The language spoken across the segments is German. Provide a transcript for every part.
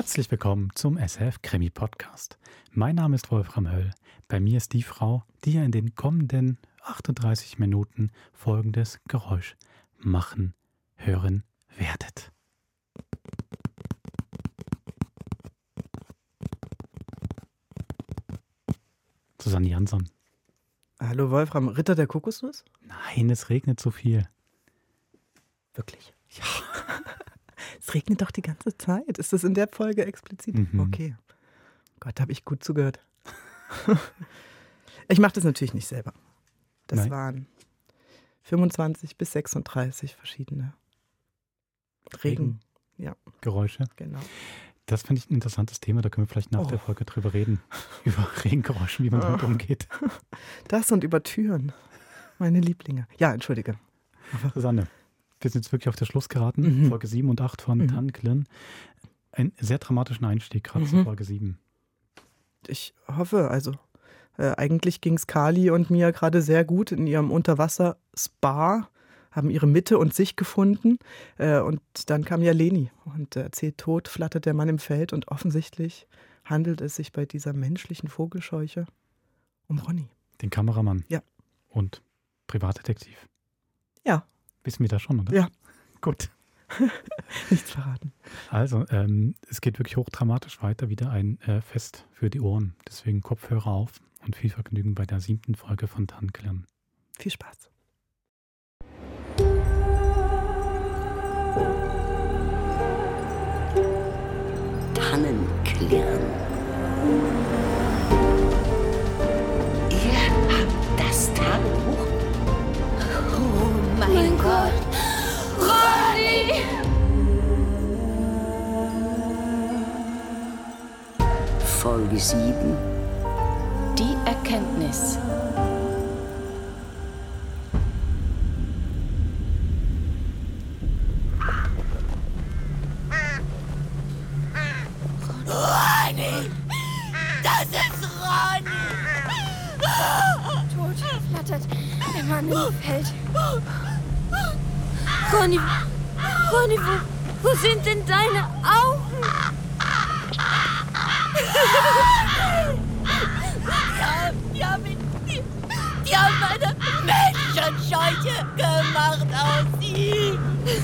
Herzlich willkommen zum SF Krimi Podcast. Mein Name ist Wolfram Höll. Bei mir ist die Frau, die ihr in den kommenden 38 Minuten folgendes Geräusch machen, hören werdet. Susanne Jansson. Hallo Wolfram, Ritter der Kokosnuss? Nein, es regnet so viel. Wirklich? Ja. Es regnet doch die ganze Zeit. Ist das in der Folge explizit? Okay. Gott, habe ich gut zugehört. Ich mache das natürlich nicht selber. Das waren 25 bis 36 verschiedene Geräusche. Genau. Das finde ich ein interessantes Thema, da können wir vielleicht nach der Folge drüber reden. Über Regengeräusche, wie man damit umgeht. Das und über Türen. Meine Lieblinge. Ja, entschuldige. Susanne, wir sind jetzt wirklich auf den Schluss geraten. Folge 7 und 8 von Tannenklirn. Einen sehr dramatischen Einstieg, gerade zu Folge 7. Ich hoffe, also eigentlich ging es Kali und Mia gerade sehr gut in ihrem Unterwasser-Spa, haben ihre Mitte und sich gefunden. Und dann kam ja Leni und erzählt, tot flattert der Mann im Feld. Und offensichtlich handelt es sich bei dieser menschlichen Vogelscheuche um Ronny. Den Kameramann. Ja. Und Privatdetektiv. Ja. Wissen wir das schon, oder? Ja. Gut. Nichts verraten. Also, es geht wirklich hochdramatisch weiter. Wieder ein Fest für die Ohren. Deswegen Kopfhörer auf und viel Vergnügen bei der 7. Folge von Tannenklirn. Viel Spaß. Tannenklirn. Ihr habt das Tagebuch? Oh mein Gott. Ronny! Folge 7. Die Erkenntnis. Ronny! Das ist Ronny! Tot flattert der Mann im Feld. Ronny, wo sind denn deine Augen? Die haben meine Menschenscheuche gemacht aus ihm.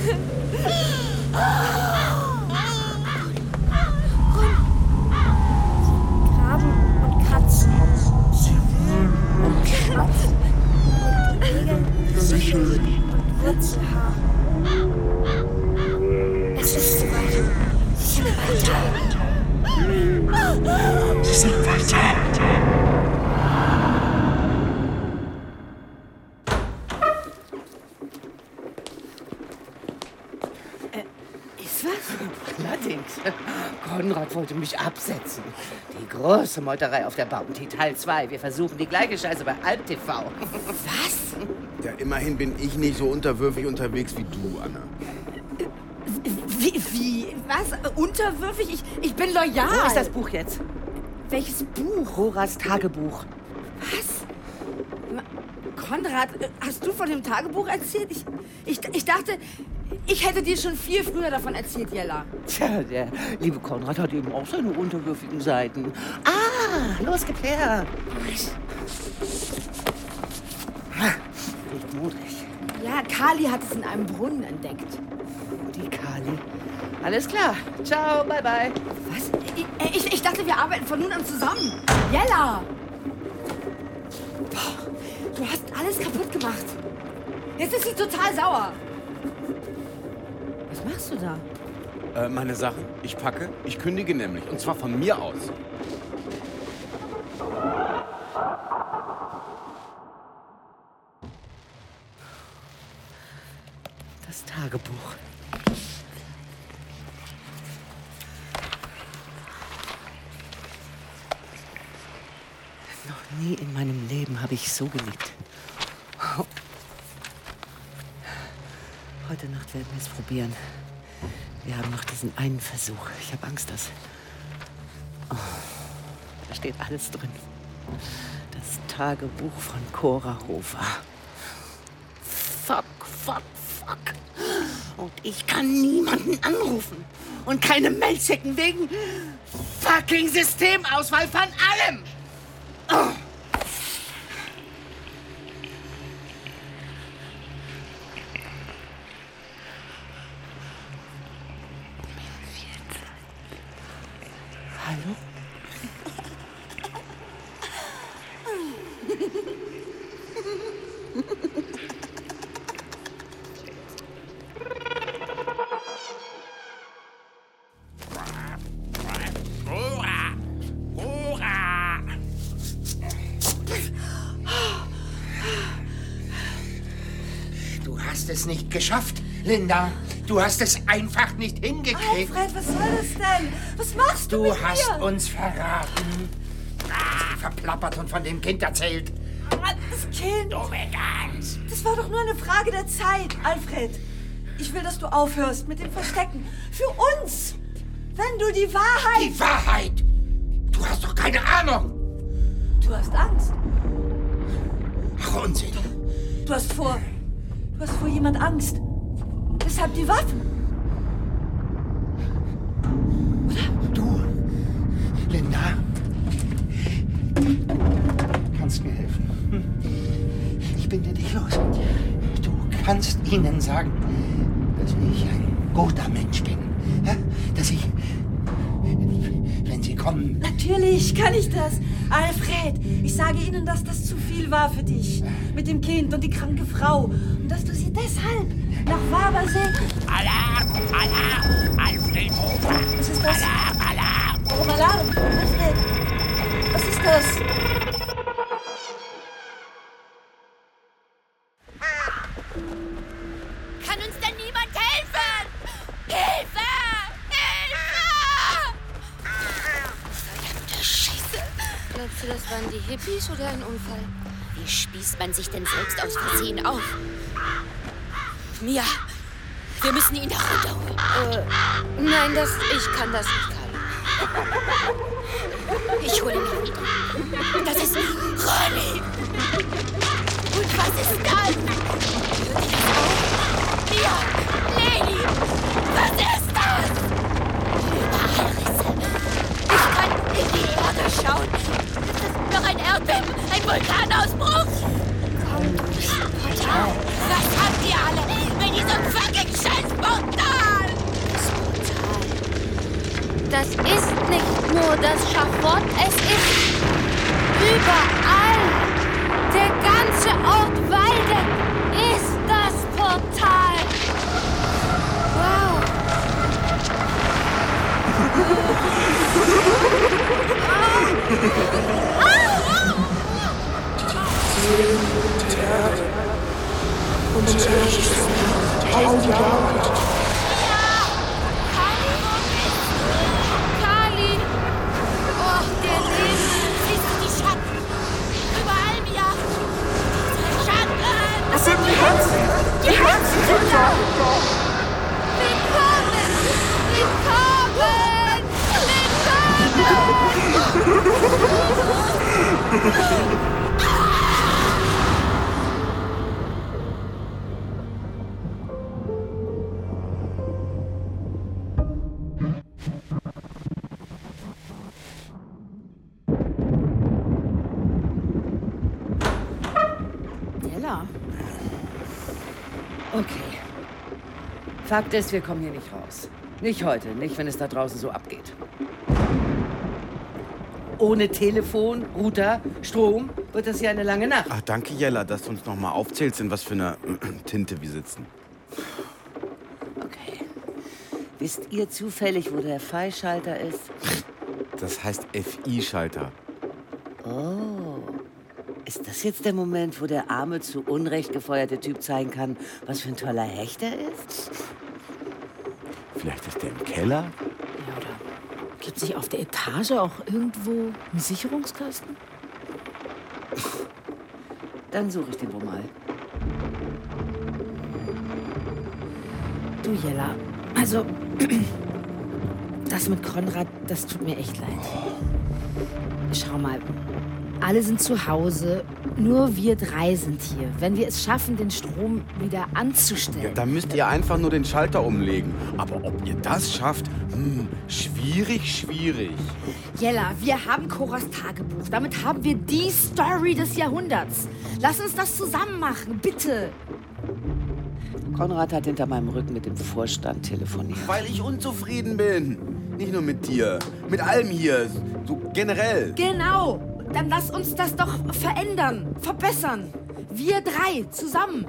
Graben und kratzen. Sie wühlen und kratzen. Und regeln und Wurzelhaar. Es ist soweit. Sie sind weiter. Ist was? Allerdings. Konrad wollte mich absetzen. Die große Meuterei auf der Bounty, Teil 2. Wir versuchen die gleiche Scheiße bei Alp TV. Was? Ja, immerhin bin ich nicht so unterwürfig unterwegs wie du, Anna. Wie? Was? Unterwürfig? Ich bin loyal. Wo ist das Buch jetzt? Welches Buch? Roras Tagebuch. Was? Konrad, hast du von dem Tagebuch erzählt? Ich dachte, ich hätte dir schon viel früher davon erzählt, Jella. Tja, der liebe Konrad hat eben auch seine unterwürfigen Seiten. Ah, los, gib her. Riecht modrig. Ja, Kali hat es in einem Brunnen entdeckt. Die Kali. Alles klar. Ciao, bye bye. Was? Ich dachte, wir arbeiten von nun an zusammen. Jella! Boah, du hast alles kaputt gemacht. Jetzt ist sie total sauer. Was machst du da? Meine Sachen, ich packe, ich kündige nämlich. Und zwar von mir aus. Das Tagebuch. Noch nie in meinem Leben habe ich so geliebt. Heute Nacht werden wir es probieren. Wir haben noch diesen einen Versuch. Ich habe Angst, dass... Oh, da steht alles drin. Das Tagebuch von Cora Hofer. Fuck. Und ich kann niemanden anrufen. Und keine Melzsäcken wegen fucking Systemauswahl von allem. Oh. Hallo? Du hast es nicht geschafft, Linda. Du hast es einfach nicht hingekriegt. Alfred, was soll das denn? Was machst du Du mit mir? hast uns verraten. Du hast verplappert und von dem Kind erzählt. Das Kind. Du Veganz. Das war doch nur eine Frage der Zeit, Alfred. Ich will, dass du aufhörst mit dem Verstecken. Für uns. Wenn du die Wahrheit... Die Wahrheit? Du hast doch keine Ahnung. Du hast Angst. Ach, Unsinn. Du hast vor jemand Angst. Deshalb die Waffen. Du, Linda, kannst mir helfen. Ich binde dich los. Du kannst ihnen sagen, dass ich ein guter Mensch bin. Ja? Dass ich, wenn sie kommen... Natürlich kann ich das. Alfred, ich sage ihnen, dass das zu viel war für dich. Mit dem Kind und die kranke Frau. Und dass du sie deshalb nach Wabersee... Alarm! Alarm! Alfred Hofer! Was ist das? Alarm! Alarm! Warum Alarm? Alfred, was ist das? Kann uns denn niemand helfen? Hilfe! Hilfe! Verdammte Scheiße. Glaubst du, das waren die Hippies oder ein Unfall? Wie spießt man sich denn selbst aus Versehen auf? Mia, wir müssen ihn da runterholen. Nein, ich kann das nicht, Carly. Ich hole ihn runter. Das ist Ronny. Und was ist das? Hört ihr das auch? Mia, Leni, was ist das? Überall Risse. Ich kann in die Erde schauen. Ist das noch ein Erdbeben? Ein Vulkanausbruch? Komm durchs Portal. Was habt ihr alle mit diesem fucking Scheiß-Portal? Das ist nicht nur das Schafott, es ist überall. Der ganze Ort Waldeck ist das Portal. Wow. Carly! Oh, der lebt. Siehst du die Schatten? Überall, Mia. Diese Schatten. Das sind die Hexen. Die Hexen sind da. Willkommen! Willkommen! Willkommen! Jella. Okay. Fakt ist, wir kommen hier nicht raus. Nicht heute, nicht wenn es da draußen so abgeht. Ohne Telefon, Router, Strom wird das hier eine lange Nacht. Ach, danke, Jella, dass du uns noch mal aufzählst, in was für einer Tinte wir sitzen. Okay. Wisst ihr zufällig, wo der FI-Schalter ist? Das heißt FI-Schalter. Oh. Ist das jetzt der Moment, wo der arme, zu Unrecht gefeuerte Typ zeigen kann, was für ein toller Hecht er ist? Vielleicht ist der im Keller? Ja, oder gibt es nicht auf der Etage auch irgendwo einen Sicherungskasten? Dann suche ich den wohl mal. Du, Jella, also, das mit Konrad, das tut mir echt leid. Schau mal, Alle sind zu Hause, nur wir 3 sind hier. Wenn wir es schaffen, den Strom wieder anzustellen. Ja, dann müsst ihr einfach nur den Schalter umlegen. Aber ob ihr das schafft, schwierig. Jella, wir haben Coras Tagebuch. Damit haben wir die Story des Jahrhunderts. Lass uns das zusammen machen, bitte. Konrad hat hinter meinem Rücken mit dem Vorstand telefoniert. Weil ich unzufrieden bin. Nicht nur mit dir, mit allem hier, so generell. Genau. Dann lass uns das doch verändern, verbessern. Wir 3 zusammen.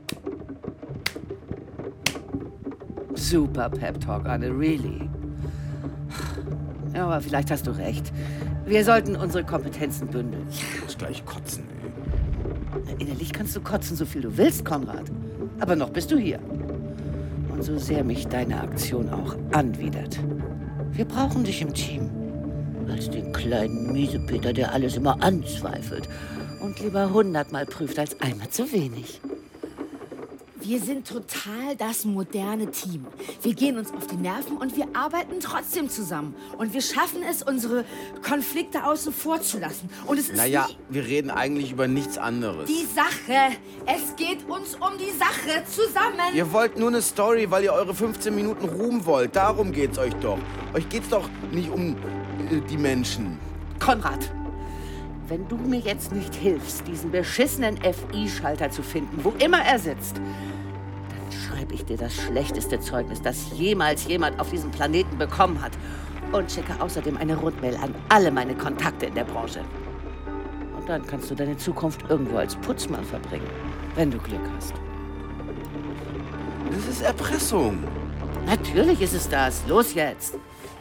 Super Pep-Talk, Anne, really. Ja, aber vielleicht hast du recht. Wir sollten unsere Kompetenzen bündeln. Ich muss gleich kotzen, ey. Innerlich kannst du kotzen, so viel du willst, Konrad. Aber noch bist du hier. Und so sehr mich deine Aktion auch anwidert. Wir brauchen dich im Team. Als den kleinen Miesepeter, der alles immer anzweifelt und lieber 100-mal prüft als einmal zu wenig. Wir sind total das moderne Team. Wir gehen uns auf die Nerven und wir arbeiten trotzdem zusammen. Und wir schaffen es, unsere Konflikte außen vor zu lassen. Und es ist Naja, wir reden eigentlich über nichts anderes. die Sache. Es geht uns um die Sache zusammen. Ihr wollt nur eine Story, weil ihr eure 15 Minuten Ruhm wollt. Darum geht's euch doch. Euch geht's doch nicht um die Menschen. Konrad, wenn du mir jetzt nicht hilfst, diesen beschissenen FI-Schalter zu finden, wo immer er sitzt, dann schreibe ich dir das schlechteste Zeugnis, das jemals jemand auf diesem Planeten bekommen hat. Und schicke außerdem eine Rundmail an alle meine Kontakte in der Branche. Und dann kannst du deine Zukunft irgendwo als Putzmann verbringen, wenn du Glück hast. Das ist Erpressung. Natürlich ist es das. Los jetzt.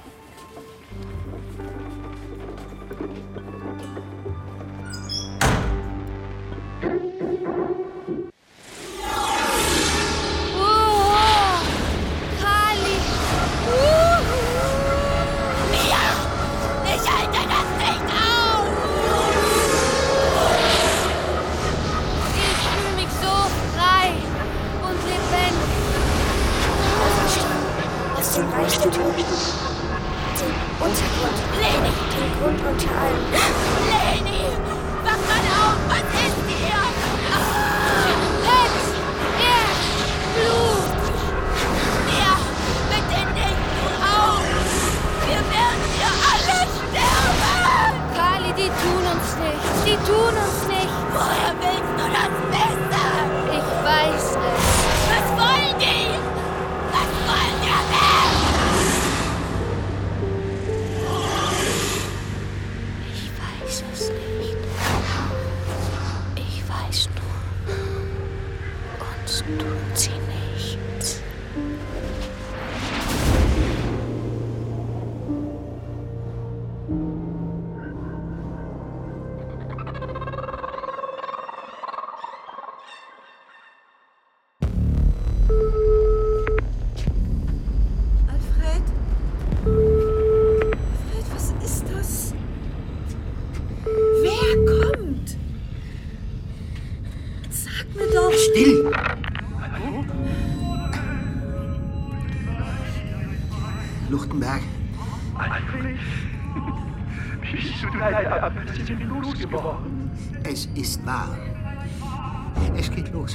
Luchtenberg. Alfred, bist du leider ab 15 losgeworden? Es ist wahr. Es geht los.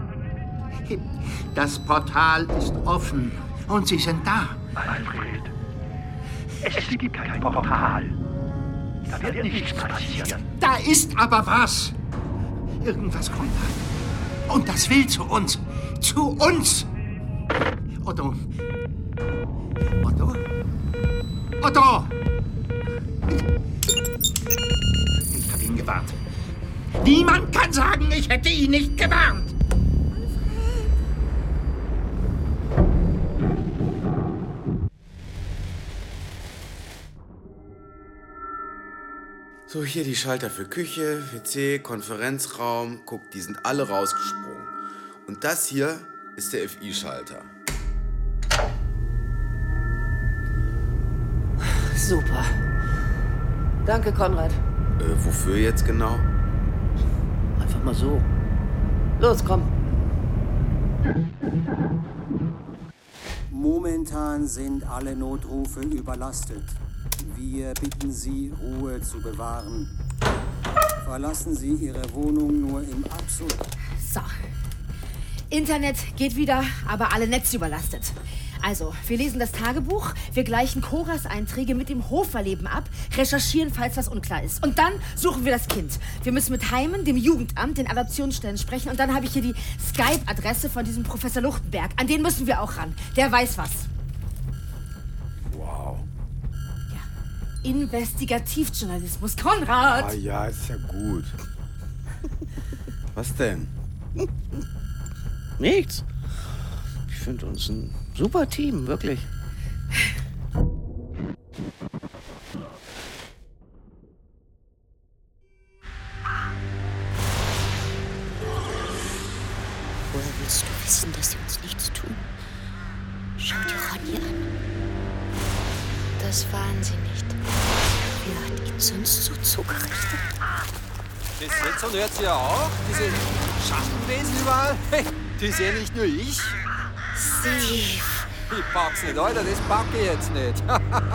Das Portal ist offen und Sie sind da. Alfred, es gibt kein Portal. Da wird nichts passieren. Da ist aber was. Irgendwas kommt da. Und das will zu uns. Zu uns. Otto. Otto? Otto! Ich habe ihn gewarnt. Niemand kann sagen, ich hätte ihn nicht gewarnt. So, hier die Schalter für Küche, WC, Konferenzraum. Guck, die sind alle rausgesprungen. Und das hier ist der FI-Schalter. Super. Danke, Konrad. Wofür jetzt genau? Einfach mal so. Los, komm. Momentan sind alle Notrufe überlastet. Wir bitten Sie, Ruhe zu bewahren. Verlassen Sie Ihre Wohnung nur im absoluten... So. Internet geht wieder, aber alle Netze überlastet. Also, wir lesen das Tagebuch, wir gleichen Coras Einträge mit dem Hoferleben ab, recherchieren, falls was unklar ist. Und dann suchen wir das Kind. Wir müssen mit Heimen, dem Jugendamt, den Adoptionsstellen sprechen. Und dann habe ich hier die Skype-Adresse von diesem Professor Luchtenberg. An den müssen wir auch ran. Der weiß was. Wow. Ja. Investigativjournalismus. Konrad! Ah ja, ist ja gut. Was denn? Nichts. Ich finde uns ein super Team, wirklich. Woher willst du wissen, dass sie uns nichts tun? Schau dir Ronny an. Das waren sie nicht. Wer hat ihn sonst so zugerichtet? Das jetzt und hört sie ja auch? Diese Schattenwesen überall? Die sehe nicht nur ich. Steve. Ich pack's nicht, Alter, das pack ich jetzt nicht.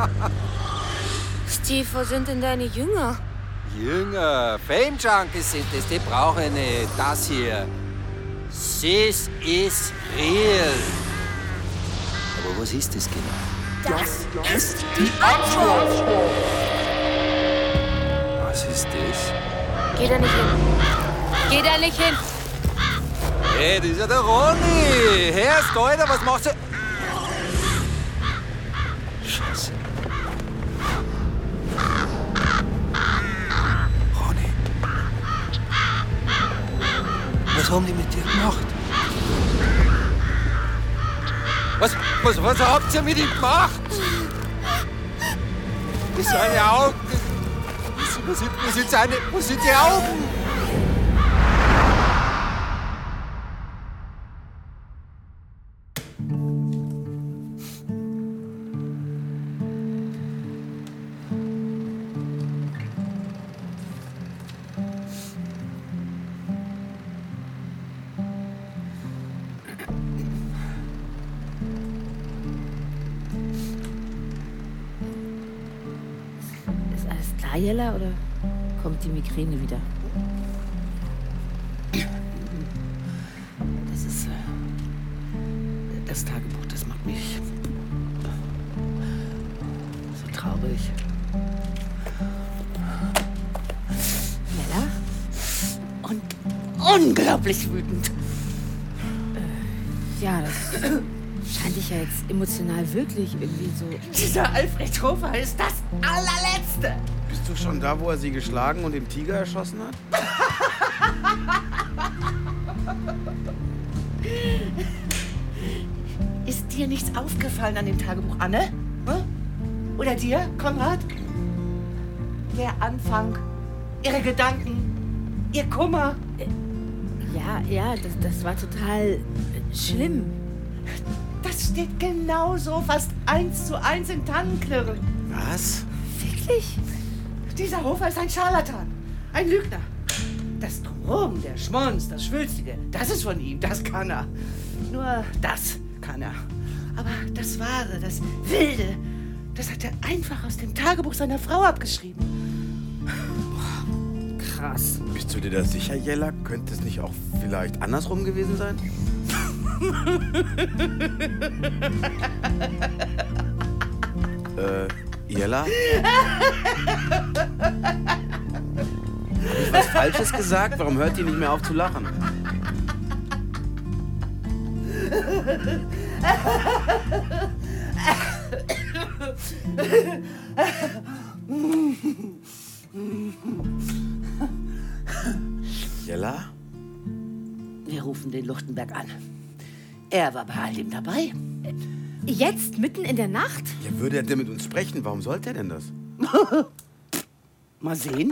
Steve, wo sind denn deine Jünger? Jünger, Fame-Junkies sind das, die brauche ich nicht. Das hier. This is real. Aber was ist das genau? Das ist die Antwort. Was ist das? Geh da nicht hin. Geh da nicht hin. Hey, das ist ja der Ronny. Herr Alter, was machst du? Scheiße. Ronny. Was haben die mit dir gemacht? Was habt ihr mit ihm gemacht? Seine Augen. Wo sind die Augen? Jella, oder kommt die Migräne wieder? Das ist das Tagebuch, das macht mich so traurig. Jella? Und unglaublich wütend. Ja, das scheint dich ja jetzt emotional wirklich irgendwie so... Dieser Alfred Hofer ist das allerletzte. Bist du schon da, wo er sie geschlagen und den Tiger erschossen hat? Ist dir nichts aufgefallen an dem Tagebuch, Anne? Oder dir, Konrad? Der Anfang, ihre Gedanken, ihr Kummer. Ja, das war total schlimm. Das steht genauso, fast 1:1 in Tannenklirren. Was? Wirklich? Dieser Hofer ist ein Scharlatan, ein Lügner. Das Drumherum, der Schmonz, das Schwülstige, das ist von ihm, das kann er. Nur das kann er. Aber das Wahre, das Wilde, das hat er einfach aus dem Tagebuch seiner Frau abgeschrieben. Krass. Bist du dir da sicher, Jella? Könnte es nicht auch vielleicht andersrum gewesen sein? Jella? Hab ich was Falsches gesagt? Warum hört ihr nicht mehr auf zu lachen? Jella? Wir rufen den Luchtenberg an. Er war bei all dem dabei. Jetzt, mitten in der Nacht? Ja, würde er denn mit uns sprechen? Warum sollte er denn das? Mal sehen.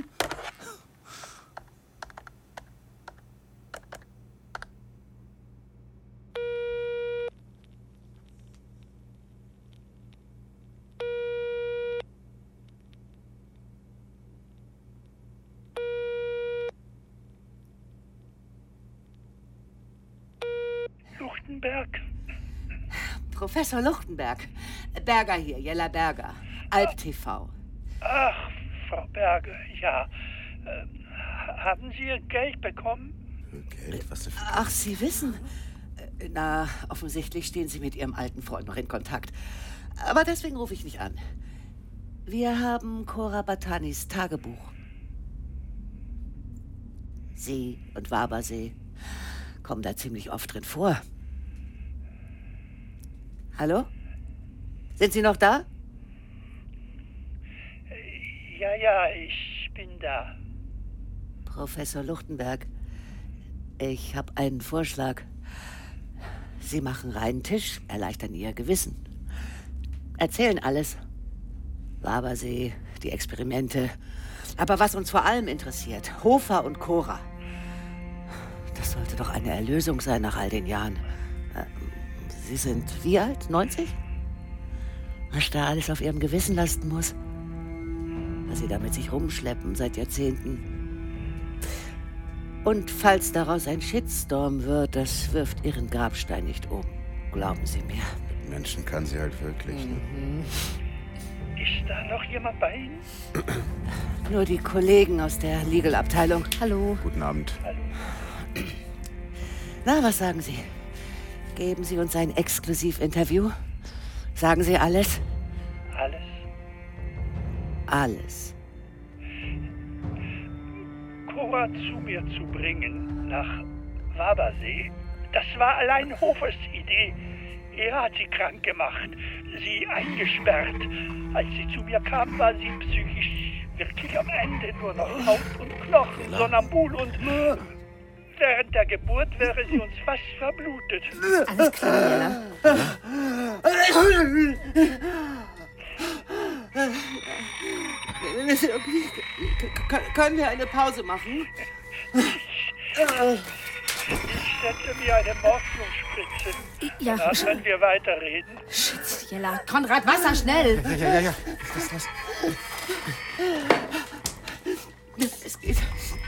Luchtenberg. Professor Luchtenberg. Berger hier, Jella Berger. Alp TV. Ach, Frau Berger, ja. Haben Sie Ihr Geld bekommen? Geld? Was denn für Ach, Sie wissen. Na, offensichtlich stehen Sie mit Ihrem alten Freund noch in Kontakt. Aber deswegen rufe ich nicht an. Wir haben Cora Batanis Tagebuch. Sie und Wabersee kommen da ziemlich oft drin vor. Hallo? Sind Sie noch da? Ja, ich bin da. Professor Luchtenberg, ich habe einen Vorschlag. Sie machen reinen Tisch, erleichtern Ihr Gewissen. Erzählen alles. Wabersee, die Experimente. Aber was uns vor allem interessiert, Hofer und Cora. Das sollte doch eine Erlösung sein nach all den Jahren. Sie sind wie alt? 90? Was da alles auf Ihrem Gewissen lasten muss. Was Sie da mit sich rumschleppen seit Jahrzehnten. Und falls daraus ein Shitstorm wird, das wirft Ihren Grabstein nicht um. Glauben Sie mir. Mit Menschen kann sie halt wirklich. Ne? Ist da noch jemand bei Ihnen? Nur die Kollegen aus der Legal-Abteilung. Hallo. Guten Abend. Hallo. Na, was sagen Sie? Geben Sie uns ein Exklusivinterview? Sagen Sie alles? Alles. Alles. Cora zu mir zu bringen, nach Wabersee, das war allein Hofers Idee. Er hat sie krank gemacht, sie eingesperrt. Als sie zu mir kam, war sie psychisch wirklich am Ende, nur noch Haut und Knochen, sonnambul und... Während der Geburt wäre sie uns fast verblutet. Alles klar, Jella. Können wir eine Pause machen? Ich setze mir eine Morphiumspritze. Ja. Danach können wir weiterreden. Shit, Jella. Konrad, Wasser, schnell. Ja. Das. Es geht.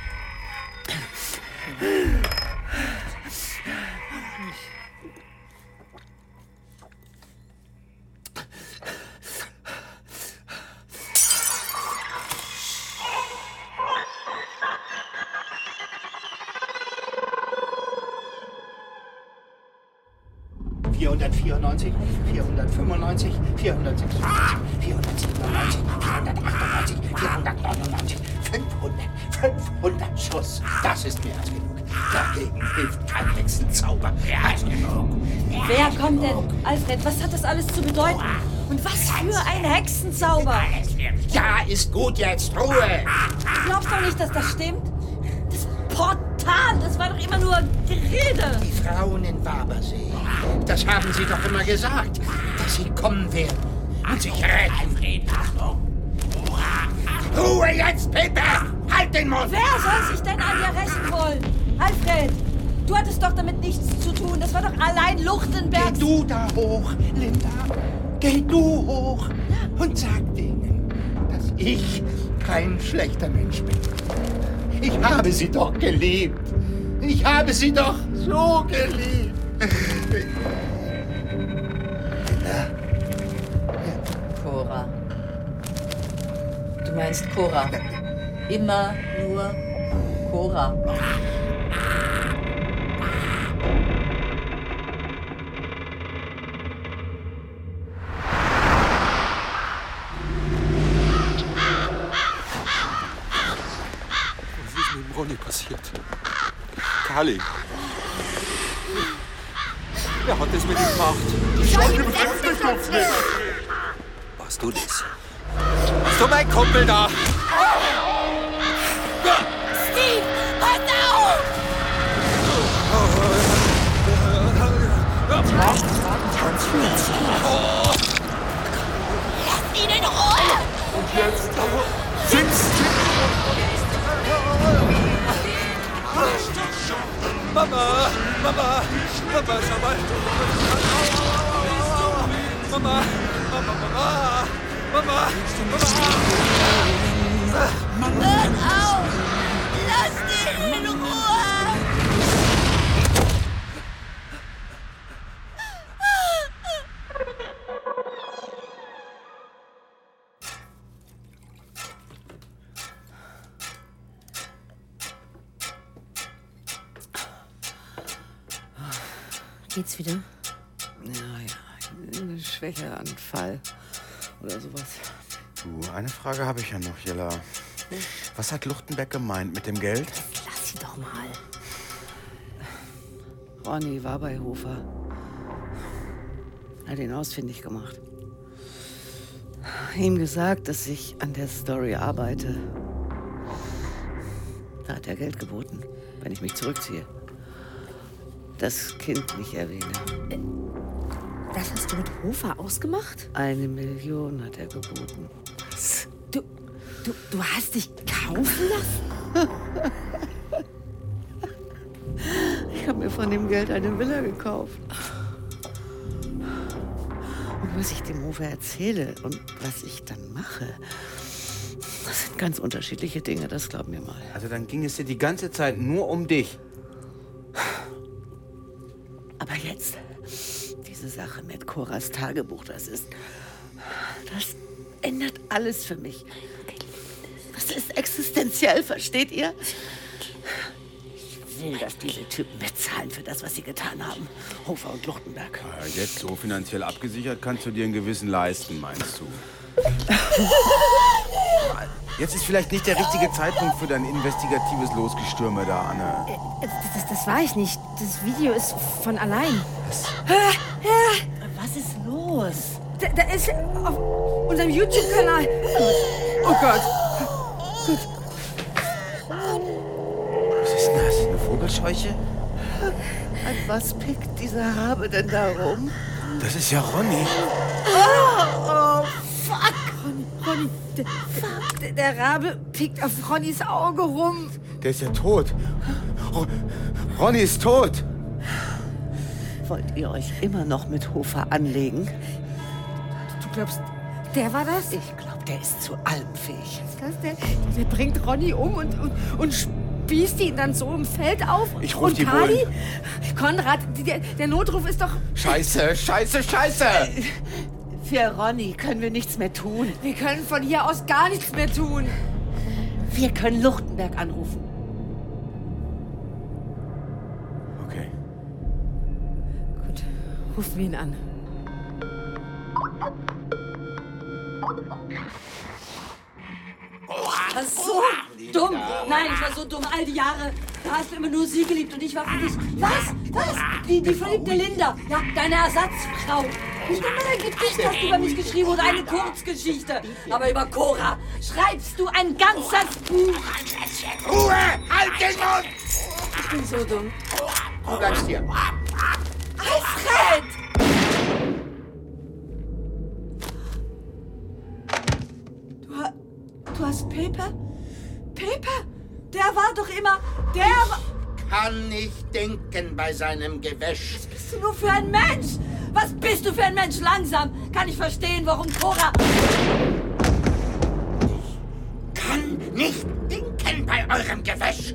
...494, 495, 496, 497, 498, 499, 500 Schuss. Das ist mehr als genug. Dagegen hilft kein Hexenzauber. Mehr als genug. Wer kommt denn? Alfred, was hat das alles zu bedeuten? Und was für ein Hexenzauber! Ja, ist gut jetzt. Ruhe! Du glaubst doch nicht, dass das stimmt? Das Portal, das war doch immer nur Gerede. Die Frauen in Wabersee, das haben sie doch immer gesagt, dass sie kommen werden und sich retten. Alfred, Achtung! Ruhe jetzt, Pepe! Halt den Mund! Wer soll sich denn an dir rächen wollen? Alfred, du hattest doch damit nichts zu tun. Das war doch allein Luchtenberg. Geh du da hoch, Linda. Geh du hoch und sag denen, dass ich kein schlechter Mensch bin. Ich habe sie doch geliebt. Ich habe sie doch so geliebt. Cora. Du meinst Cora. Immer nur Cora. Was ist mit dem Ronny passiert? Kali. Wer hat das mit ihm gemacht? Warst du das? Warst du mein Kumpel da? Steve, pass auf! Lass ihn in Ruhe! Und jetzt sitzt Mama, schau mal. Mama. Hört auf! Lasst ihn in Ruhe! geht's wieder? Ja, ein Schwächeanfall oder sowas. Du, eine Frage habe ich ja noch, Jella. Was hat Luchtenberg gemeint mit dem Geld? Lass sie doch mal. Ronny war bei Hofer. Hat ihn ausfindig gemacht. Ihm gesagt, dass ich an der Story arbeite. Da hat er Geld geboten, wenn ich mich zurückziehe. Das Kind nicht erwähne. Das hast du mit Hofer ausgemacht? 1 Million hat er geboten. Was? Du hast dich kaufen lassen? Ich habe mir von dem Geld eine Villa gekauft. Und was ich dem Hofer erzähle und was ich dann mache, das sind ganz unterschiedliche Dinge, das glaub mir mal. Also dann ging es dir die ganze Zeit nur um dich. Aber jetzt, diese Sache mit Coras Tagebuch, das ändert alles für mich. Das ist existenziell, versteht ihr? Ich will, dass diese Typen bezahlen für das, was sie getan haben. Hofer und Luchtenberg. Ja, jetzt so finanziell abgesichert kannst du dir einen gewissen leisten, meinst du? Jetzt ist vielleicht nicht der richtige Zeitpunkt für dein investigatives Losgestürme da, Anne. Das war ich nicht. Das Video ist von allein. Was ist los? Da ist auf unserem YouTube-Kanal. Oh Gott. Gut. Was ist denn das? Eine Vogelscheuche? An was pickt dieser Rabe denn da rum? Das ist ja Ronny. Oh, fuck. Ronny. Der Rabe pickt auf Ronnys Auge rum. Der ist ja tot. Ronny ist tot. Wollt ihr euch immer noch mit Hofer anlegen? Du glaubst, der war das? Ich glaube, der ist zu allem fähig. Was ist das? Der bringt Ronny um und spießt ihn dann so im Feld auf. Ich ruf die Kali? Bullen. Konrad, der Notruf ist doch... Scheiße. Für Ronny können wir nichts mehr tun. Wir können von hier aus gar nichts mehr tun. Wir können Luchtenberg anrufen. Okay. Gut, rufen wir ihn an. war so dumm. Nein, ich war so dumm. All die Jahre. Da hast du immer nur sie geliebt und ich war für dich. Was? Die verliebte Linda. Ja, deine Ersatzfrau. Nicht immer ein Gedicht hast du über mich geschrieben oder eine Kurzgeschichte. Aber über Cora schreibst du ein ganzes Buch. Ruhe! Halt den Mund! Ich bin so dumm. Du bleibst hier. Alfred! Du hast Paper? Paper? Der war doch immer... Kann nicht denken bei seinem Gewäsch. Was bist du nur für ein Mensch? Was bist du für ein Mensch? Langsam kann ich verstehen, warum Cora... Ich kann nicht denken bei eurem Gewäsch.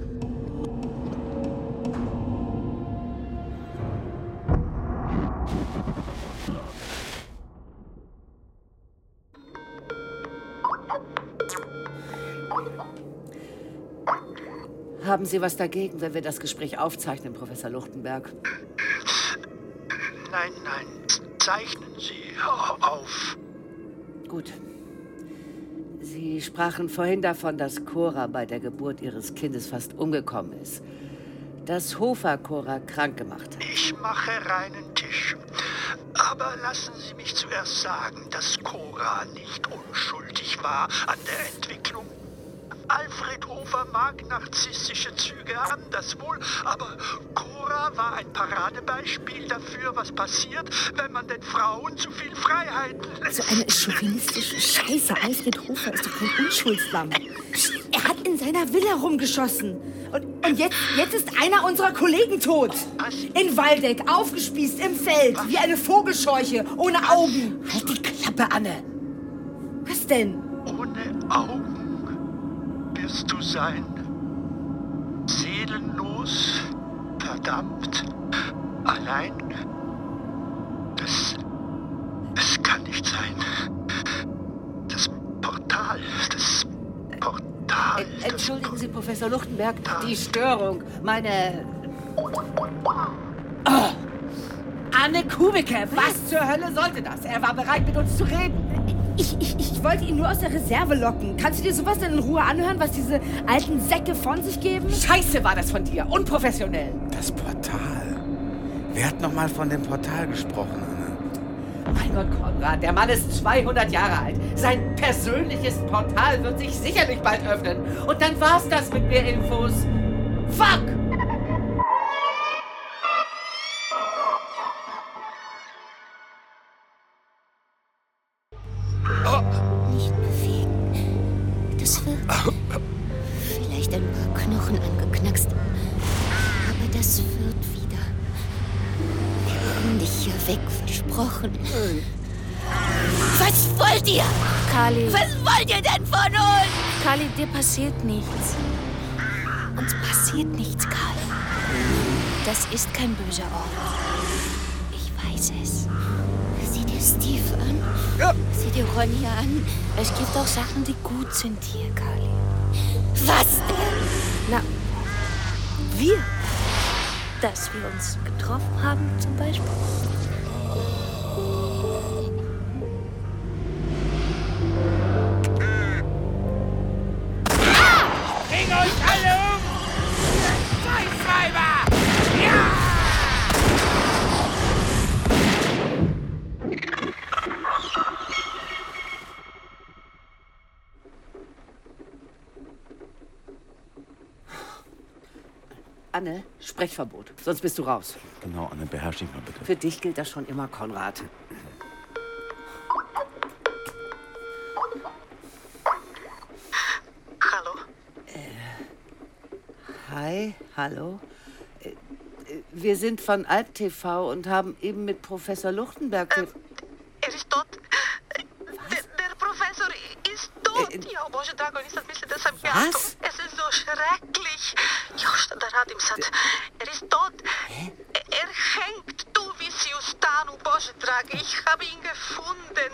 Haben Sie was dagegen, wenn wir das Gespräch aufzeichnen, Professor Luchtenberg? Nein, zeichnen Sie auf. Gut. Sie sprachen vorhin davon, dass Cora bei der Geburt Ihres Kindes fast umgekommen ist. Dass Hofer Cora krank gemacht hat. Ich mache reinen Tisch. Aber lassen Sie mich zuerst sagen, dass Cora nicht unschuldig war an der Entwicklung. Alfred Hofer mag narzisstische Züge haben, das wohl, aber Cora war ein Paradebeispiel dafür, was passiert, wenn man den Frauen zu viel Freiheiten lässt. So eine chauvinistische Scheiße. Alfred Hofer ist doch kein Unschuldslamm. Er hat in seiner Villa rumgeschossen. Und jetzt ist einer unserer Kollegen tot. Was? In Waldeck, aufgespießt im Feld, wie eine Vogelscheuche, ohne Augen. Halt die Klappe, Anne! Was denn? Ohne Augen wirst du sein. Seelenlos, verdammt, allein. Es kann nicht sein. Das Portal. Entschuldigen Sie, Professor Luchtenberg, die Störung. Anne Kubicke, was zur Hölle sollte das? Er war bereit, mit uns zu reden. Ich wollte ihn nur aus der Reserve locken. Kannst du dir sowas denn in Ruhe anhören, was diese alten Säcke von sich geben? Scheiße war das von dir. Unprofessionell. Das Portal. Wer hat noch mal von dem Portal gesprochen, Anne? Mein Gott, Konrad, der Mann ist 200 Jahre alt. Sein persönliches Portal wird sich sicherlich bald öffnen. Und dann war's das mit mehr Infos. Fuck! Nicht bewegen. Das wird vielleicht ein paar Knochen angeknackst. Aber das wird wieder. Wir haben dich hier weg, versprochen. Was wollt ihr? Kali. Was wollt ihr denn von uns? Kali, dir passiert nichts. Uns passiert nichts, Kali. Das ist kein böser Ort. Ich weiß es. Sieh dir Steve an. Ja. Sieh dir Ronja an. Es gibt auch Sachen, die gut sind hier, Kali. Was denn? Na, wir. Dass wir uns getroffen haben, zum Beispiel. Bring euch alle um! Scheißweiber! Ja! Anne, Sprechverbot, sonst bist du raus. Genau, Anne, beherrsch dich mal bitte. Für dich gilt das schon immer, Konrad. Hallo? Hi, hallo. Wir sind von Alp TV und haben eben mit Professor Luchtenberg... Er ist tot. Der Professor ist tot. Ja, Boże Drago, nisam mislila da sam ja to. Es ist so schrecklich. Još da radim sad. Er ist tot. Er hängt. Du wirst u stanu, Bože Dragi. Ich habe ihn gefunden.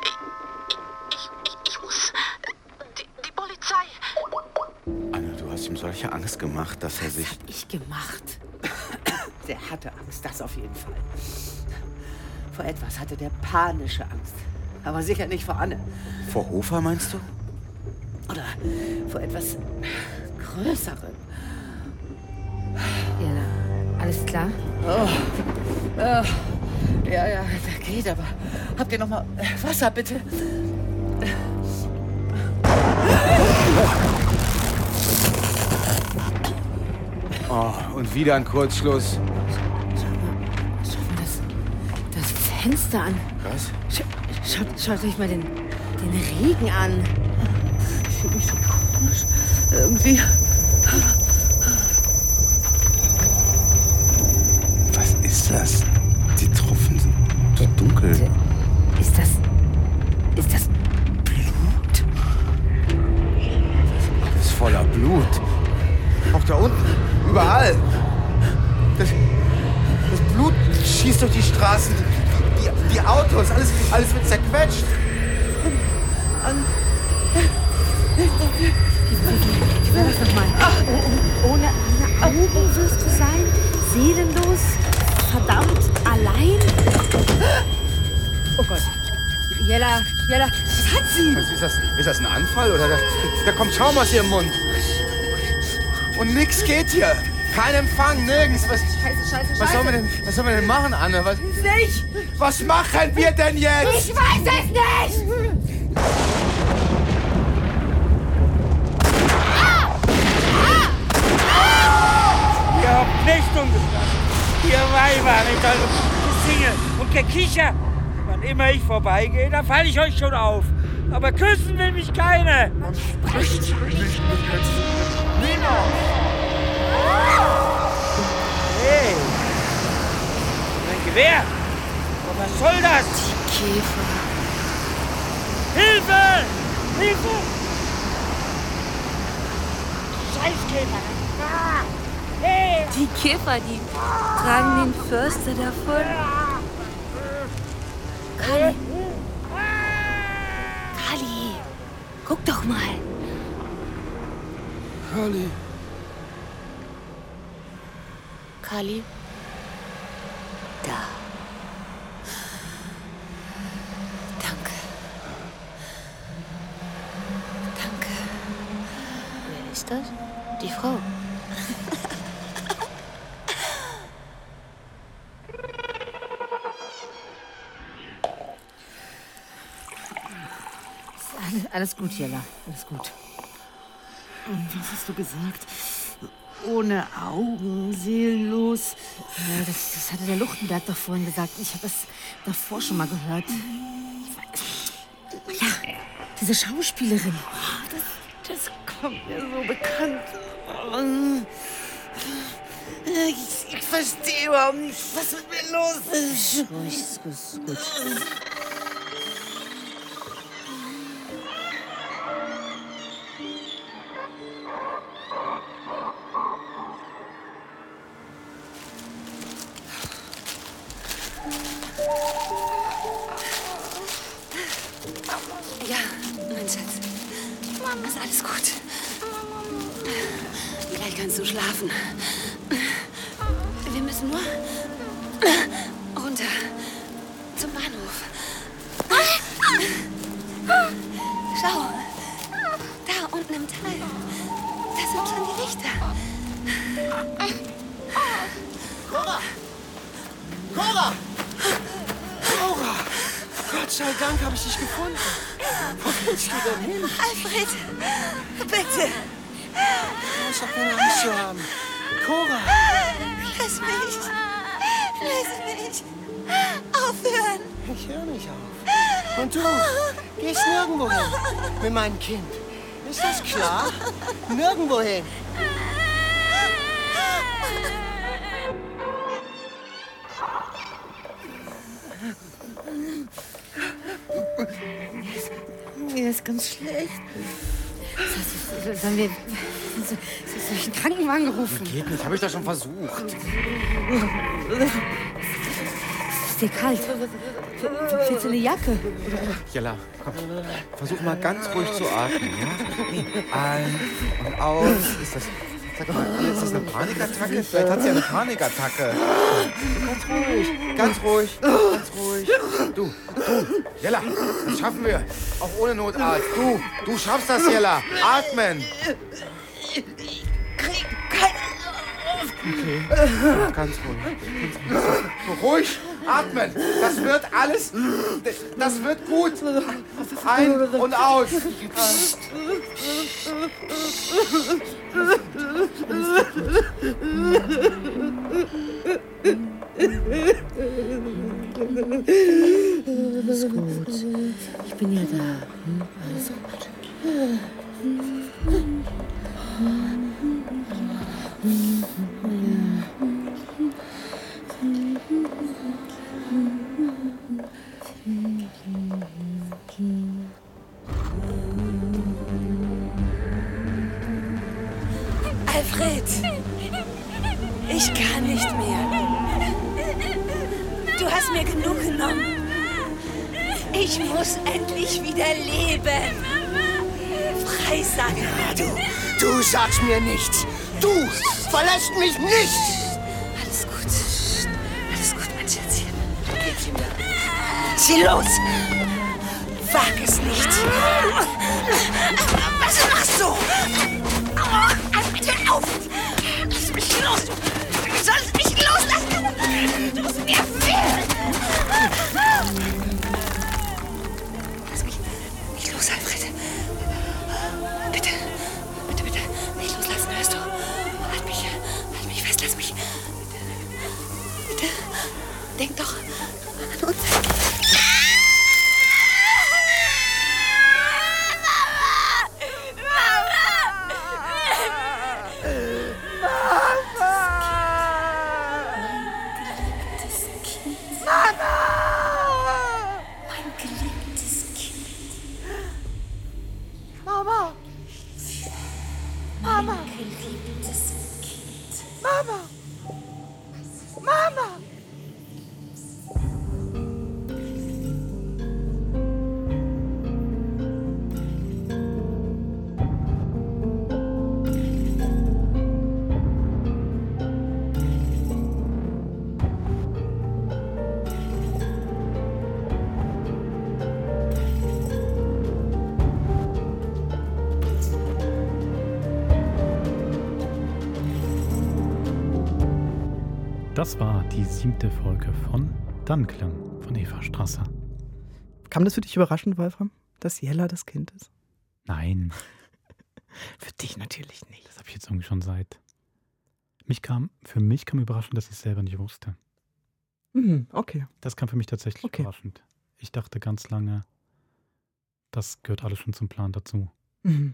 Ich muss... Die Polizei. Anne, du hast ihm solche Angst gemacht, dass er sich... Was hab ich gemacht? Der hatte Angst, das auf jeden Fall. Vor etwas hatte der panische Angst. Aber sicher nicht vor Anne. Vor Hofer, meinst du? Oder vor etwas Größerem. Jella, alles klar? Ja, das geht, aber habt ihr noch mal Wasser, bitte? Oh, und wieder ein Kurzschluss. Schau mal das Fenster an. Was? Schaut euch mal den Regen an. Ich fühle mich so komisch. Irgendwie. Was ist das? Die Tropfen sind so dunkel. Ist das Blut? Alles voller Blut. Auch da unten. Überall. Das Blut schießt durch die Straßen. Die Autos. Alles wird zerquetscht. Wie war das nochmal? Ohne Augen wirst du sein, seelenlos, verdammt allein. Oh Gott. Jella, was hat sie? Ist das ein Anfall oder da kommt Schaum aus ihrem Mund? Und nix geht hier. Kein Empfang, nirgends. Scheiße. Was sollen wir denn machen, Anne? Nicht! Was machen wir denn jetzt? Ich weiß es nicht! Ihr habt nicht umgebracht. Ihr Weiber mit eurem Gesinge und Gekicher. Wann immer ich vorbeigehe, da falle ich euch schon auf. Aber küssen will mich keine. Man spricht nicht mit Menschen. Niemand. Hey, mein Gewehr. Aber was soll das? Die Käfer. Hilfe! Hilfe! Scheißkäfer! Ah! Hey! Die Käfer, die tragen den Förster davon. Kali, guck doch mal. Kali. Da. Frau. Alles gut, Jella. Alles gut. Was hast du gesagt? Ohne Augen, seelenlos. Ja, das hatte der Luchtenberg doch vorhin gesagt. Ich habe das davor schon mal gehört. Ja, diese Schauspielerin. Das kommt mir so bekannt. Ich verstehe überhaupt nicht, was mit mir los ist. Ruhig, ist gut. Ja, mein Schatz. Ist alles gut. Gleich kannst du schlafen. Wir müssen nur runter zum Bahnhof. Schau, da unten im Tal. Da sind schon die Lichter. Cora! Cora! Cora! Gott sei Dank habe ich dich gefunden. Wo willst du denn hin? Alfred, bitte. Du musst doch keine Angst zu haben. Cora! Lass mich. Aufhören. Ich höre nicht auf. Und du gehst nirgendwo hin mit meinem Kind. Ist das klar? Nirgendwo hin. Mir ist ganz schlecht. Sollen wir einen Krankenwagen rufen? Geht nicht, habe ich doch schon versucht. Ist dir kalt? Willst du eine Jacke? Jella, komm, versuch mal ganz ruhig zu atmen, ja? Ein und aus. Sag mal, ist das eine Panikattacke? Vielleicht hat sie eine Panikattacke. Ganz ruhig. Du, Jella, das schaffen wir. Auch ohne Notarzt. Du schaffst das, Jella. Atmen. Krieg keine Luft. Okay, ganz ruhig. Ruhig, atmen. Das wird alles, das wird gut. Ein und aus. Alles gut. Ich bin ja da. Alles gut. Alfred, ich kann nicht mehr. Du hast mir genug genommen. Ich muss endlich wieder leben. Frei sein. Du sagst mir nichts. Du verlässt mich nicht. Alles gut, mein Schätzchen. Gib mir. Zieh los. Wag es nicht. Was machst du? Alfred, hör auf. Lass mich los. Du sollst mich loslassen. Du musst mir fehlen. Lass mich los, Alfred. Bitte. Nicht loslassen, hörst du? Halt mich fest, lass mich. Bitte. Denk doch an uns. Das war die 7. Folge von Dunklen von Eva Strasser. Kam das für dich überraschend, Wolfram, dass Jella das Kind ist? Nein. Für dich natürlich nicht. Das habe ich jetzt irgendwie schon seit... Für mich kam überraschend, dass ich es selber nicht wusste. Okay. Das kam für mich tatsächlich überraschend. Ich dachte ganz lange, das gehört alles schon zum Plan dazu. Mhm.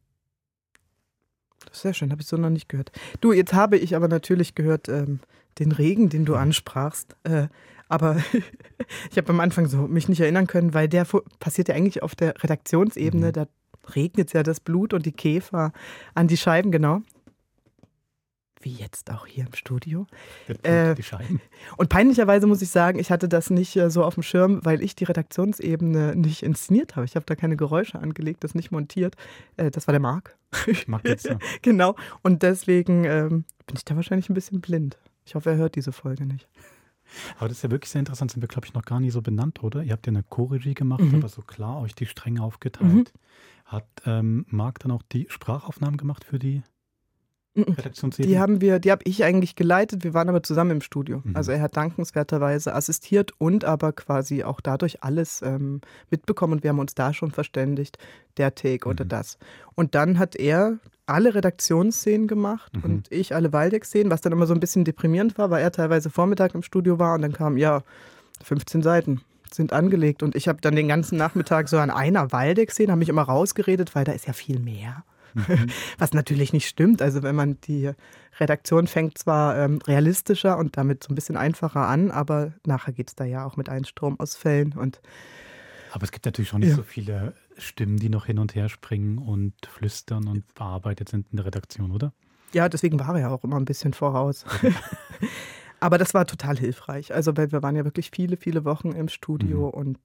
Das ist sehr schön, habe ich so noch nicht gehört. Du, jetzt habe ich aber natürlich gehört, den Regen, den du ansprachst. Aber ich habe am Anfang so mich nicht erinnern können, weil der passiert ja eigentlich auf der Redaktionsebene. Da regnet ja das Blut und die Käfer an die Scheiben, genau. Wie jetzt auch hier im Studio. Die Scheiben. Und peinlicherweise muss ich sagen, ich hatte das nicht so auf dem Schirm, weil ich die Redaktionsebene nicht inszeniert habe. Ich habe da keine Geräusche angelegt, das nicht montiert. Das war der Marc. Marc Gitzler. Genau. Und deswegen bin ich da wahrscheinlich ein bisschen blind. Ich hoffe, er hört diese Folge nicht. Aber das ist ja wirklich sehr interessant. Sind wir, glaube ich, noch gar nie so benannt, oder? Ihr habt ja eine Co-Regie gemacht, aber so klar euch die Stränge aufgeteilt. Hat Marc dann auch die Sprachaufnahmen gemacht für die Redaktionsebene? Die habe ich eigentlich geleitet. Wir waren aber zusammen im Studio. Also er hat dankenswerterweise assistiert und aber quasi auch dadurch alles mitbekommen. Und wir haben uns da schon verständigt, der Take oder das. Und dann hat er alle Redaktionsszenen gemacht und ich alle Waldeck-Szenen, was dann immer so ein bisschen deprimierend war, weil er teilweise Vormittag im Studio war und dann kam, 15 Seiten sind angelegt. Und ich habe dann den ganzen Nachmittag so an einer Waldeck-Szene, habe mich immer rausgeredet, weil da ist ja viel mehr. Was natürlich nicht stimmt. Also wenn man die Redaktion fängt zwar realistischer und damit so ein bisschen einfacher an, aber nachher geht es da ja auch mit Einstromausfällen. Aber es gibt natürlich schon nicht so viele Stimmen, die noch hin und her springen und flüstern und bearbeitet sind in der Redaktion, oder? Ja, deswegen war er ja auch immer ein bisschen voraus. Aber das war total hilfreich. Also weil wir waren ja wirklich viele, viele Wochen im Studio und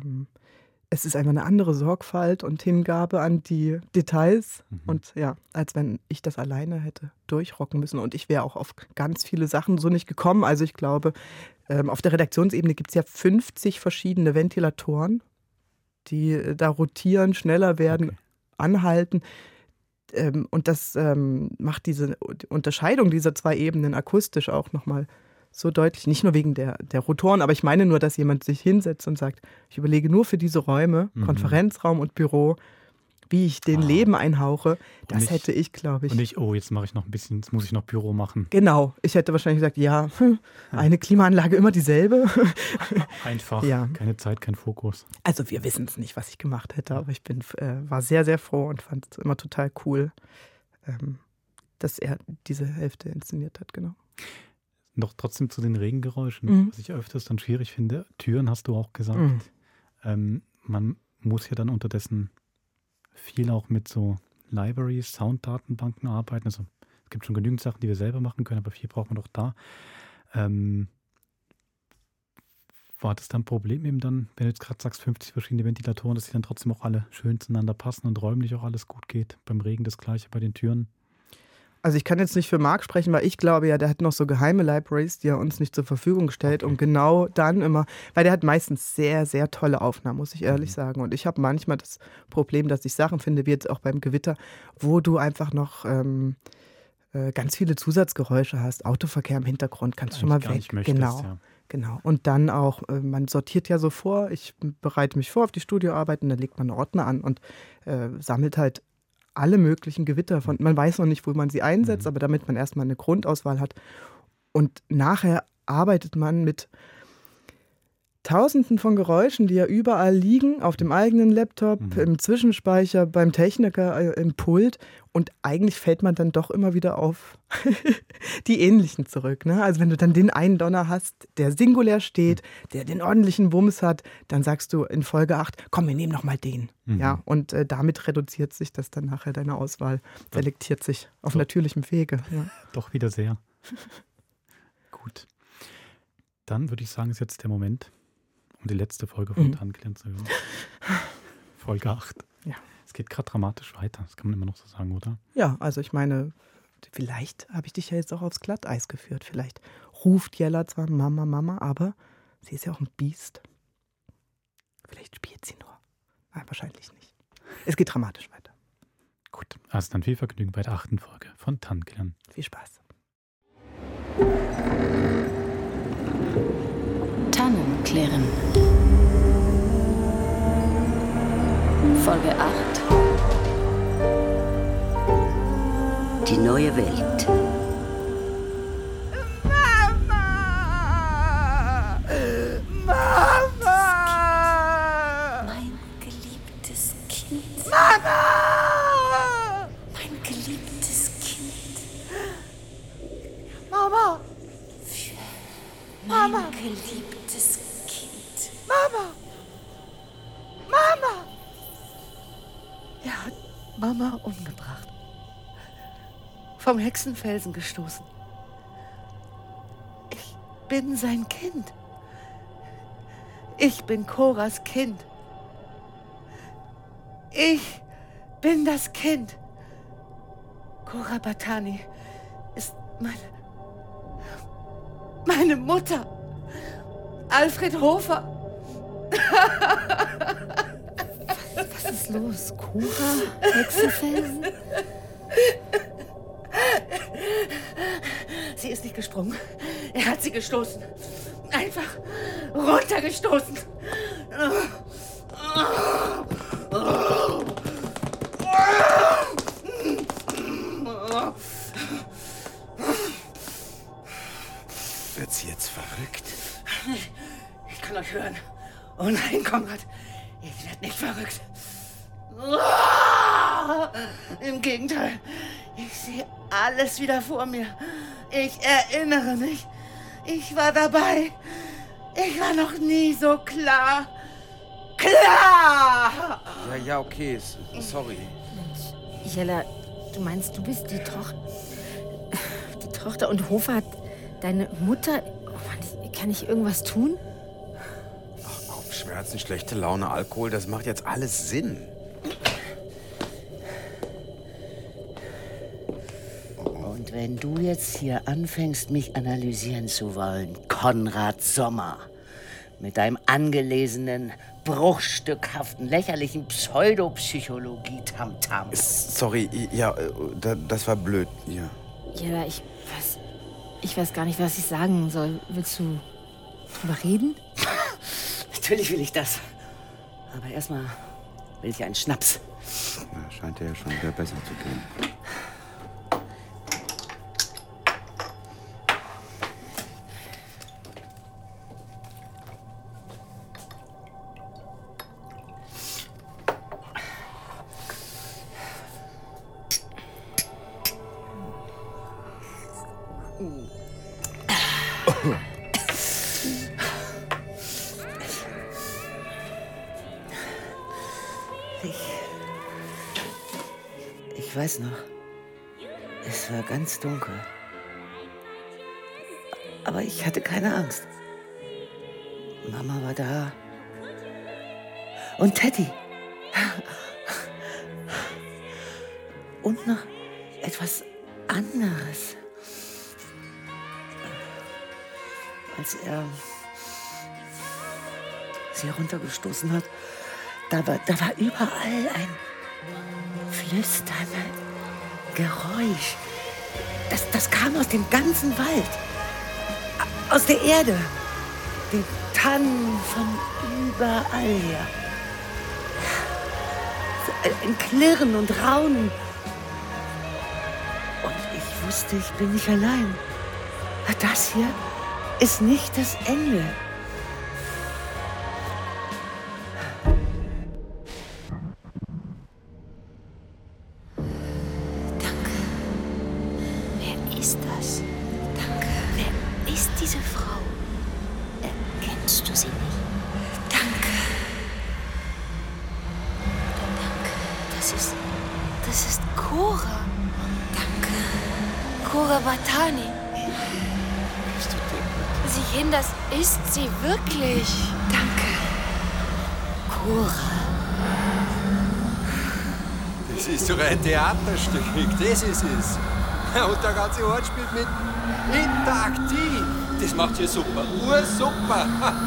es ist einfach eine andere Sorgfalt und Hingabe an die Details. Und ja, als wenn ich das alleine hätte durchrocken müssen. Und ich wäre auch auf ganz viele Sachen so nicht gekommen. Also ich glaube, auf der Redaktionsebene gibt es ja 50 verschiedene Ventilatoren, die da rotieren, schneller werden, anhalten. Und das macht diese Unterscheidung dieser 2 Ebenen akustisch auch nochmal so deutlich, nicht nur wegen der Rotoren, aber ich meine nur, dass jemand sich hinsetzt und sagt, ich überlege nur für diese Räume, Konferenzraum und Büro, wie ich den Leben einhauche. Das hätte ich, glaube ich. Und nicht, jetzt mache ich noch ein bisschen, jetzt muss ich noch Büro machen. Genau, ich hätte wahrscheinlich gesagt, eine Klimaanlage immer dieselbe. Einfach, keine Zeit, kein Fokus. Also wir wissen es nicht, was ich gemacht hätte, aber ich war sehr, sehr froh und fand es immer total cool, dass er diese Hälfte inszeniert hat, genau. Noch trotzdem zu den Regengeräuschen, was ich öfters dann schwierig finde. Türen hast du auch gesagt. Man muss ja dann unterdessen viel auch mit so Libraries, Sounddatenbanken arbeiten. Also es gibt schon genügend Sachen, die wir selber machen können, aber viel braucht man doch da. War das dann ein Problem eben dann, wenn du jetzt gerade sagst, 50 verschiedene Ventilatoren, dass die dann trotzdem auch alle schön zueinander passen und räumlich auch alles gut geht? Beim Regen das Gleiche bei den Türen? Also ich kann jetzt nicht für Marc sprechen, weil ich glaube ja, der hat noch so geheime Libraries, die er uns nicht zur Verfügung stellt, um genau dann immer, weil der hat meistens sehr, sehr tolle Aufnahmen, muss ich ehrlich sagen. Und ich habe manchmal das Problem, dass ich Sachen finde, wie jetzt auch beim Gewitter, wo du einfach noch ganz viele Zusatzgeräusche hast. Autoverkehr im Hintergrund kannst du schon mal weg. Genau. Und dann auch, man sortiert ja so vor, ich bereite mich vor auf die Studioarbeit und dann legt man einen Ordner an und sammelt halt alle möglichen Gewitter von. Man weiß noch nicht, wo man sie einsetzt, aber damit man erstmal eine Grundauswahl hat. Und nachher arbeitet man mit Tausenden von Geräuschen, die ja überall liegen, auf dem eigenen Laptop, im Zwischenspeicher, beim Techniker, im Pult. Und eigentlich fällt man dann doch immer wieder auf die ähnlichen zurück. Ne? Also wenn du dann den einen Donner hast, der singulär steht, der den ordentlichen Wumms hat, dann sagst du in Folge 8, komm, wir nehmen nochmal den. Ja, und damit reduziert sich das dann nachher, deine Auswahl selektiert sich auf natürlichem Wege. Ja. Doch wieder sehr. Gut. Dann würde ich sagen, ist jetzt der Moment, um die letzte Folge von Dunklen zu hören. Folge 8. Ja. Es geht gerade dramatisch weiter, das kann man immer noch so sagen, oder? Ja, also ich meine, vielleicht habe ich dich ja jetzt auch aufs Glatteis geführt. Vielleicht ruft Jella zwar Mama, Mama, aber sie ist ja auch ein Biest. Vielleicht spielt sie nur. Nein, wahrscheinlich nicht. Es geht dramatisch weiter. Gut, also dann viel Vergnügen bei der 8. Folge von Dunklen. Viel Spaß. erklären. Folge 8. Die neue Welt. Mama! Mein geliebtes Kind. Mama! Mein geliebtes Kind. Mama! Mama! Mein geliebtes Kind. Mama! Mama! Er hat Mama umgebracht. Vom Hexenfelsen gestoßen. Ich bin sein Kind. Ich bin Koras Kind. Ich bin das Kind. Kora Batani ist meine Mutter. Alfred Hofer. Was ist los? Kora? Hexenfelsen? Sie ist nicht gesprungen. Er hat sie gestoßen. Einfach runtergestoßen. Wird sie jetzt verrückt? Ich kann euch hören. Oh nein, Konrad. Ich werde nicht verrückt. Im Gegenteil. Ich sehe alles wieder vor mir. Ich erinnere mich. Ich war dabei. Ich war noch nie so klar. Klar! Ja, okay. Sorry. Jella, du meinst, du bist die Tochter und Hofer hat deine Mutter... Oh Mann, kann ich irgendwas tun? Ach, Kopfschmerzen, schlechte Laune, Alkohol, das macht jetzt alles Sinn. Und wenn du jetzt hier anfängst, mich analysieren zu wollen, Konrad Sommer, mit deinem angelesenen, bruchstückhaften, lächerlichen Pseudopsychologie-Tamtam. Sorry, ja, das war blöd, ja. Jella, ich weiß gar nicht, was ich sagen soll. Willst du drüber reden? Natürlich will ich das. Aber erstmal will ich einen Schnaps. Ja, scheint ja schon wieder besser zu gehen. Ich weiß noch, es war ganz dunkel. Aber ich hatte keine Angst. Mama war da. Und Teddy. Und noch etwas anderes. Als er sie heruntergestoßen hat, da war überall ein flüsterndes Geräusch. Das kam aus dem ganzen Wald. Aus der Erde. Den Tannen von überall her. Ein Klirren und Raunen. Und ich wusste, ich bin nicht allein. Das hier ist nicht das Ende. Danke. Wer ist das? Danke. Wer ist diese Frau? Erkennst du sie nicht? Danke. Danke. Das ist Kora. Danke. Kora Batani. Sieh hin, das ist sie wirklich. Danke. Kora. Das ist sogar ein Theaterstück, das ist es. Und der ganze Ort spielt mit interaktiv. Das macht ihr super, ursuper.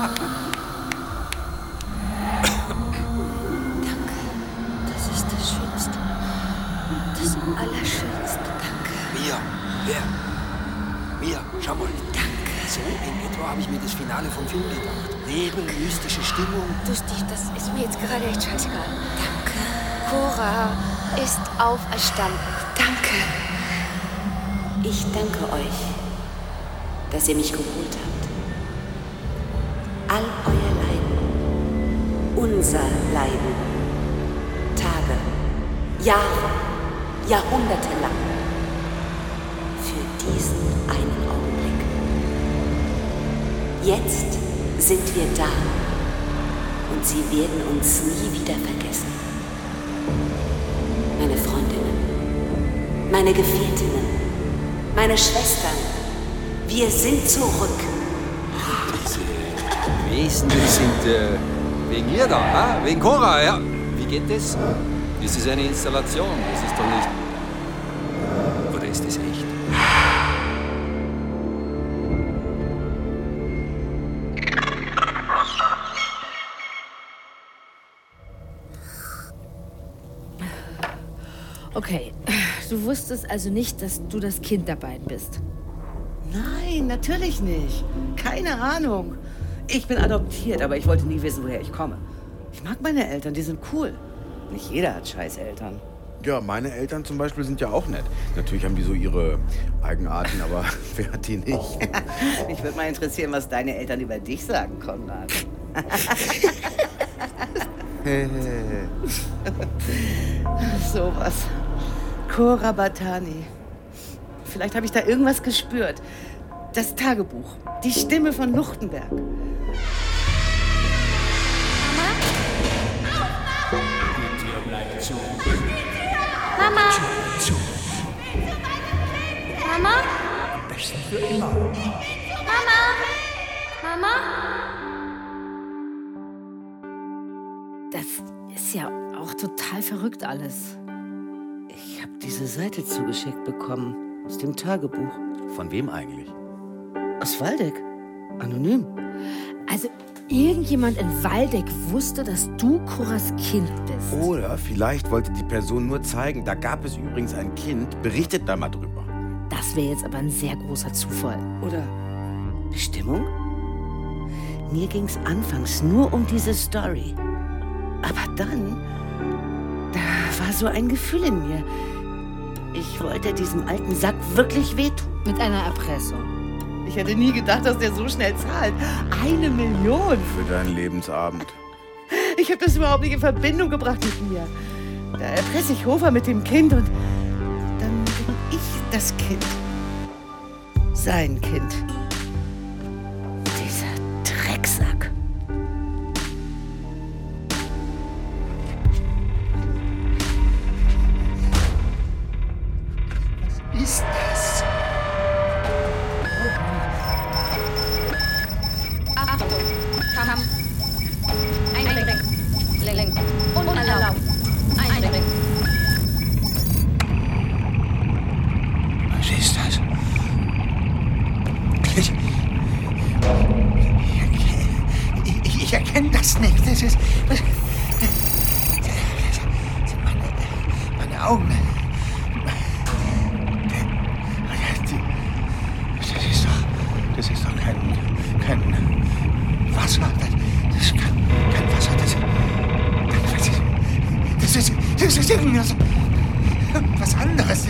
Danke. Das ist das Schönste. Das Allerschönste. Danke. Mia, wer? Mia, schau mal. Danke. So in etwa habe ich mir das Finale vom Film gedacht. Nebel, mystische Stimmung. Du, Steve, das ist mir jetzt gerade echt scheißegal. Danke. Cora ist auferstanden. Danke. Ich danke euch, dass ihr mich geholt habt. All euer Leiden, unser Leiden, Tage, Jahre, Jahrhunderte lang, für diesen einen Augenblick. Jetzt sind wir da und sie werden uns nie wieder vergessen. Meine Freundinnen, meine Gefährtinnen, meine Schwestern, wir sind zurück. Diese Wesen, die sind wegen ihr da, ha? Wegen Cora, ja. Wie geht das? Das ist eine Installation, das ist doch nicht... Oder ist das echt? Okay, du wusstest also nicht, dass du das Kind der beiden bist? Nein, natürlich nicht. Keine Ahnung. Ich bin adoptiert, aber ich wollte nie wissen, woher ich komme. Ich mag meine Eltern, die sind cool. Nicht jeder hat scheiß Eltern. Ja, meine Eltern zum Beispiel sind ja auch nett. Natürlich haben die so ihre Eigenarten, aber wer hat die nicht? Mich würde mal interessieren, was deine Eltern über dich sagen, Konrad. Sowas. Cora Batani. Vielleicht habe ich da irgendwas gespürt. Das Tagebuch. Die Stimme von Luchtenberg. Die Tür bleibt zu. Mama! Tür zu. Mama? Am besten für immer. Mama? Mama? Das ist ja auch total verrückt alles. Ich habe diese Seite zugeschickt bekommen. Aus dem Tagebuch. Von wem eigentlich? Aus Waldeck. Anonym. Also irgendjemand in Waldeck wusste, dass du Coras Kind bist. Oder vielleicht wollte die Person nur zeigen, da gab es übrigens ein Kind, berichtet da mal drüber. Das wäre jetzt aber ein sehr großer Zufall. Oder Bestimmung? Mir ging's anfangs nur um diese Story. Aber dann, da war so ein Gefühl in mir. Ich wollte diesem alten Sack wirklich wehtun. Mit einer Erpressung. Ich hätte nie gedacht, dass der so schnell zahlt. 1 Million. Für deinen Lebensabend. Ich habe das überhaupt nicht in Verbindung gebracht mit mir. Da erpresse ich Hofer mit dem Kind und dann bin ich das Kind. Sein Kind. Dieser Drecksack. Was ist das? Achtung! Kampf! Einlenken! Lenken! Unerlaubt! Einlenken! Was ist das? Ich erkenne das nicht. Das ist... Das sind meine Augen. Das ist doch kein Wasser. Das ist kein Wasser. Das ist irgendwas anderes.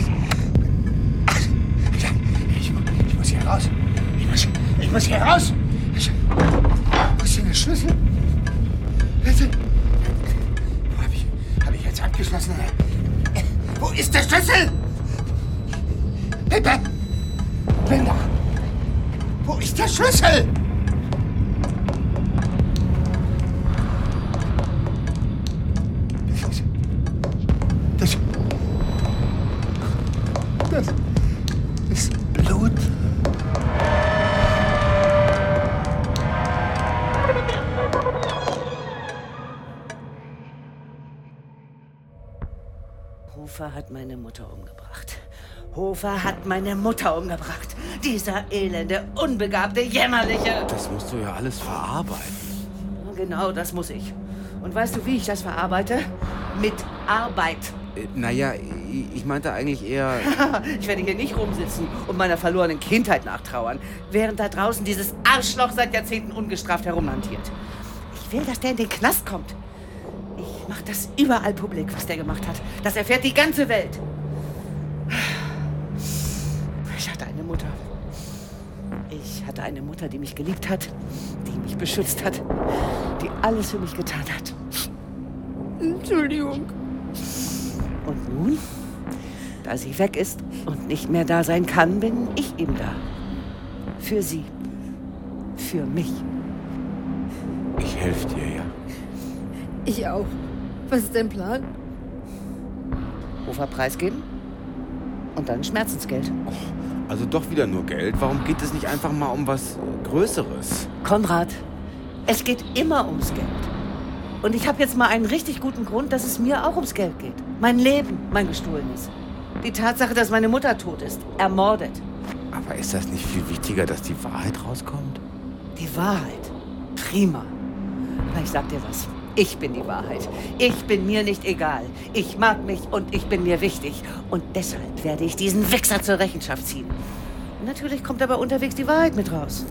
Ich muss hier raus. Ich muss hier raus. Wo ist denn der Schlüssel? Hab ich jetzt abgeschlossen? Wo ist der Schlüssel? Pepe! Linda! Wo ist der Schlüssel? Das ist Blut. Hofer hat meine Mutter umgebracht. Hofer hat meine Mutter umgebracht. Dieser elende, unbegabte, jämmerliche... Das musst du ja alles verarbeiten. Genau, das muss ich. Und weißt du, wie ich das verarbeite? Mit Arbeit. Naja, ich meinte eigentlich eher... Ich werde hier nicht rumsitzen und meiner verlorenen Kindheit nachtrauern, während da draußen dieses Arschloch seit Jahrzehnten ungestraft herumhantiert. Ich will, dass der in den Knast kommt. Ich mache das überall publik, was der gemacht hat. Das erfährt die ganze Welt. Ich hatte eine Mutter. Ich hatte eine Mutter, die mich geliebt hat, die mich beschützt hat, die alles für mich getan hat. Entschuldigung. Und nun, da sie weg ist und nicht mehr da sein kann, bin ich eben da. Für sie. Für mich. Ich helfe dir, ja. Ich auch. Was ist dein Plan? Hofer preisgeben und dann Schmerzensgeld. Also doch wieder nur Geld. Warum geht es nicht einfach mal um was Größeres? Konrad, es geht immer ums Geld. Und ich habe jetzt mal einen richtig guten Grund, dass es mir auch ums Geld geht. Mein Leben, mein gestohlenes. Die Tatsache, dass meine Mutter tot ist, ermordet. Aber ist das nicht viel wichtiger, dass die Wahrheit rauskommt? Die Wahrheit? Prima. Aber ich sag dir was. Ich bin die Wahrheit. Ich bin mir nicht egal. Ich mag mich und ich bin mir wichtig. Und deshalb werde ich diesen Wichser zur Rechenschaft ziehen. Und natürlich kommt aber unterwegs die Wahrheit mit raus.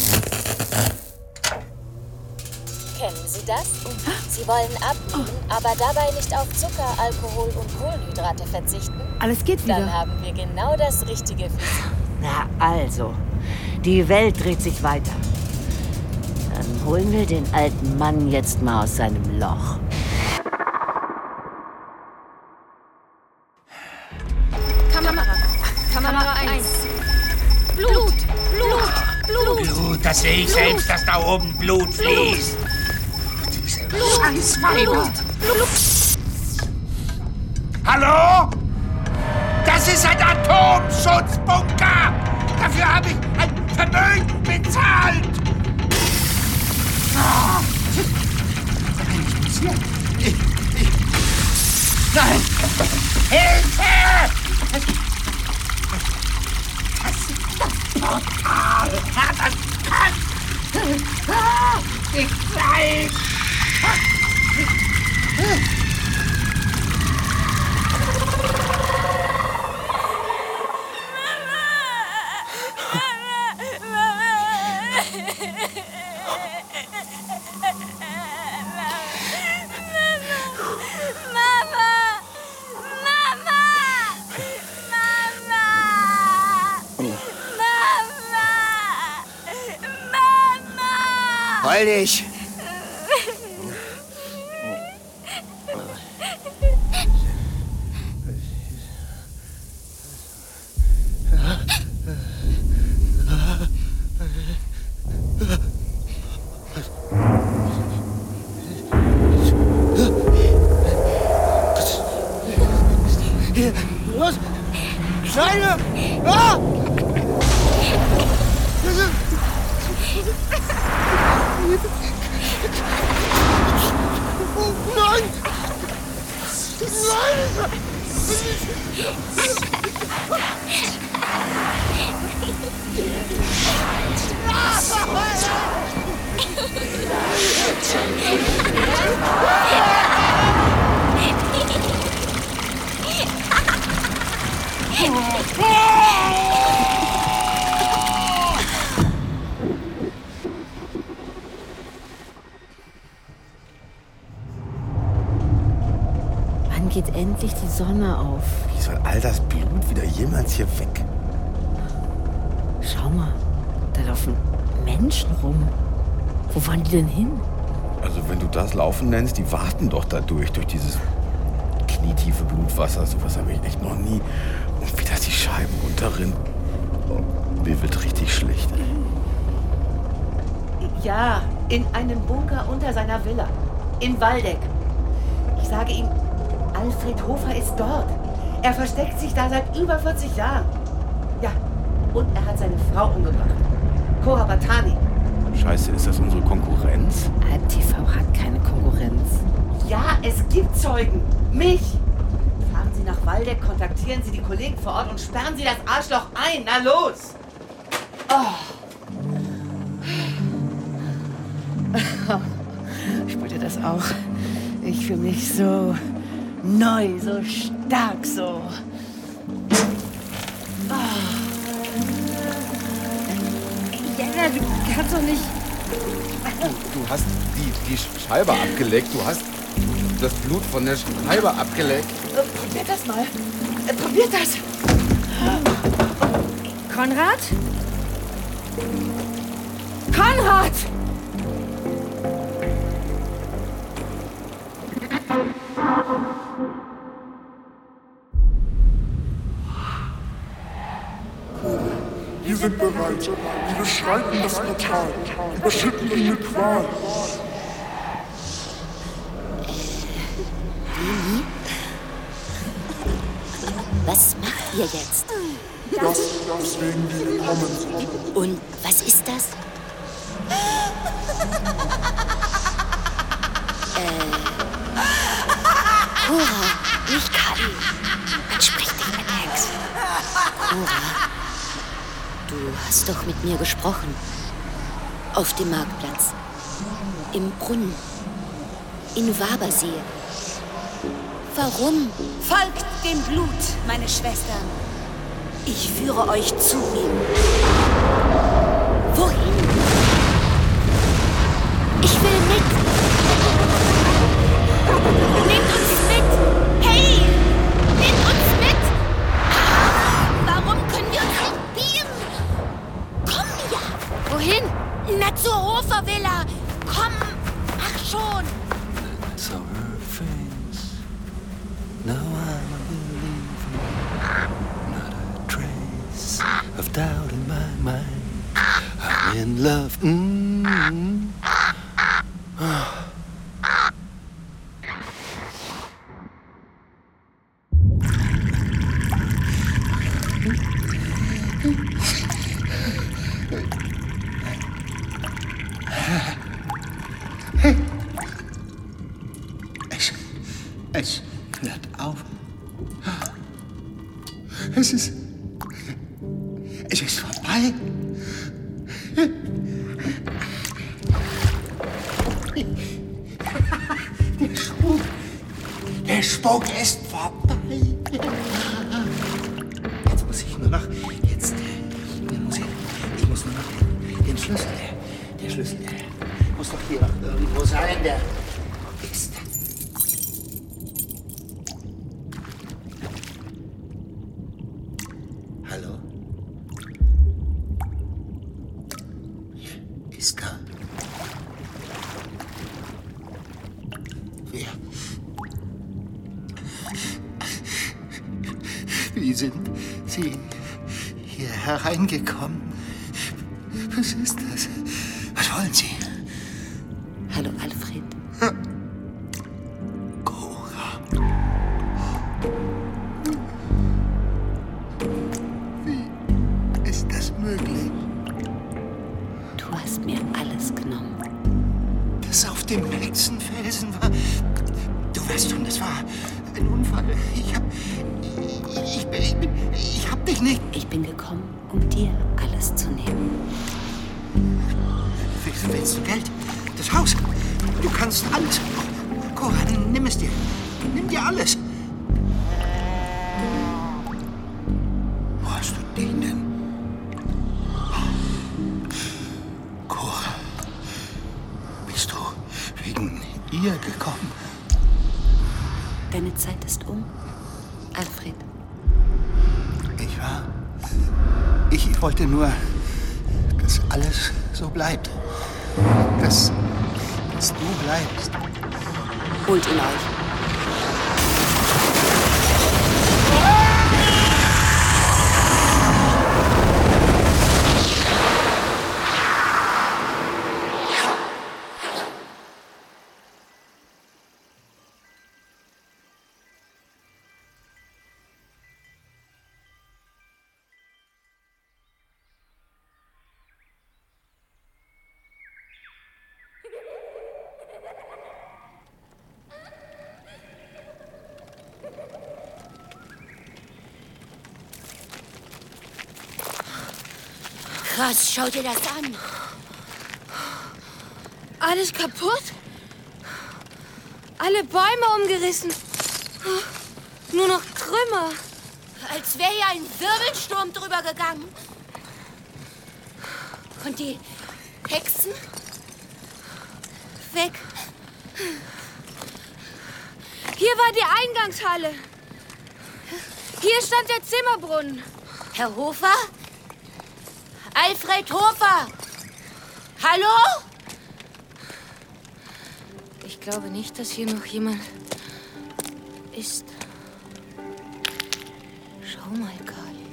Kennen Sie das? Sie wollen abnehmen, aber dabei nicht auf Zucker, Alkohol und Kohlenhydrate verzichten? Alles geht wieder. Dann haben wir genau das Richtige für Sie. Na also, die Welt dreht sich weiter. Dann holen wir den alten Mann jetzt mal aus seinem Loch. Kamera 1. Blut, das sehe ich selbst, dass da oben Blut fließt. Diese Scheißweiber. Hallo? Das ist ein Atomschutzbunker. Dafür habe ich ein Vermögen bezahlt. Ich muss hier. Nein! Hilfe! Das ist das Portal! Das kann nicht sein! Heul dich! Was? Scheine! Ah! Oh nein! Nein! Wann geht endlich die Sonne auf? Wie soll all das Blut wieder jemals hier weg? Schau mal, da laufen Menschen rum. Wo wollen die denn hin? Also wenn du das Laufen nennst, die warten doch da durch dieses knietiefe Blutwasser. Sowas habe ich echt noch nie. Und wie das die Scheiben runterrinnen. Oh, mir wird richtig schlecht. Ja, in einem Bunker unter seiner Villa. In Waldeck. Ich sage Ihnen, Alfred Hofer ist dort. Er versteckt sich da seit über 40 Jahren. Ja, und er hat seine Frau umgebracht. Cora Batani. Scheiße, ist das unsere Konkurrenz? Alp TV hat keine Konkurrenz. Ja, es gibt Zeugen. Mich. Fahren Sie nach Waldeck, kontaktieren Sie die Kollegen vor Ort und sperren Sie das Arschloch ein. Na los! Oh. Ich wollte das auch. Ich fühle mich so neu, so stark, so. Oh. Jana, du kannst doch nicht... Du hast die Scheibe abgeleckt. Du hast das Blut von der Scheibe abgeleckt. Probiert das mal. Probiert das. Konrad? Konrad! Wir sind bereit. Wir beschreiten das Portal. Überschütten ihn mit Qual. Lili? Was macht ihr jetzt? Das, weswegen wir gekommen sind. Und was ist das? Cora, nicht Kali. Man spricht nicht mit Hex. Cora, du hast doch mit mir gesprochen. Auf dem Marktplatz. Im Brunnen. In Wabersee. Warum? Folgt dem Blut, meine Schwestern. Ich führe euch zu ihm. Wohin? Ich will mit. Nehmt uns mit. Hey, nehmt uns mit. Warum können wir uns nicht beamen? Komm, Mia. Wohin? Na, zur Hofer-Villa. Komm, ach schon. Saw her face. Now I'm a believer. Not a trace of doubt in my mind. I'm in love. Es hört auf. Es ist vorbei. Der Spuk ist vorbei. Jetzt muss ich nur noch, ich muss nur noch den Schlüssel, der Schlüssel, der muss doch hier noch irgendwo sein, der ist. Hallo? Ist da? Wer? Wie sind Sie hier hereingekommen? Was ist das? Was wollen Sie? Hallo, Alfred. Cora. Wie ist das möglich? Du hast mir alles genommen. Das auf dem Hexenfelsen war... Du weißt schon, das war ein Unfall. Ich hab dich nicht... Ich bin gekommen, um dir alles zu nehmen. Willst du Geld? Das Haus? Du kannst alles. Cora, nimm es dir. Nimm dir alles. Wo hast du den denn? Cora, bist du wegen ihr gekommen? Deine Zeit ist um, Alfred. Ich wollte nur, dass alles so bleibt. Dass du bleibst. Holt ihn euch. Krass, schau dir das an. Alles kaputt? Alle Bäume umgerissen? Nur noch Trümmer. Als wäre hier ein Wirbelsturm drüber gegangen. Und die Hexen? Weg. Hier war die Eingangshalle. Hier stand der Zimmerbrunnen. Herr Hofer? Alfred Hofer! Hallo? Ich glaube nicht, dass hier noch jemand ist. Schau mal, Kali.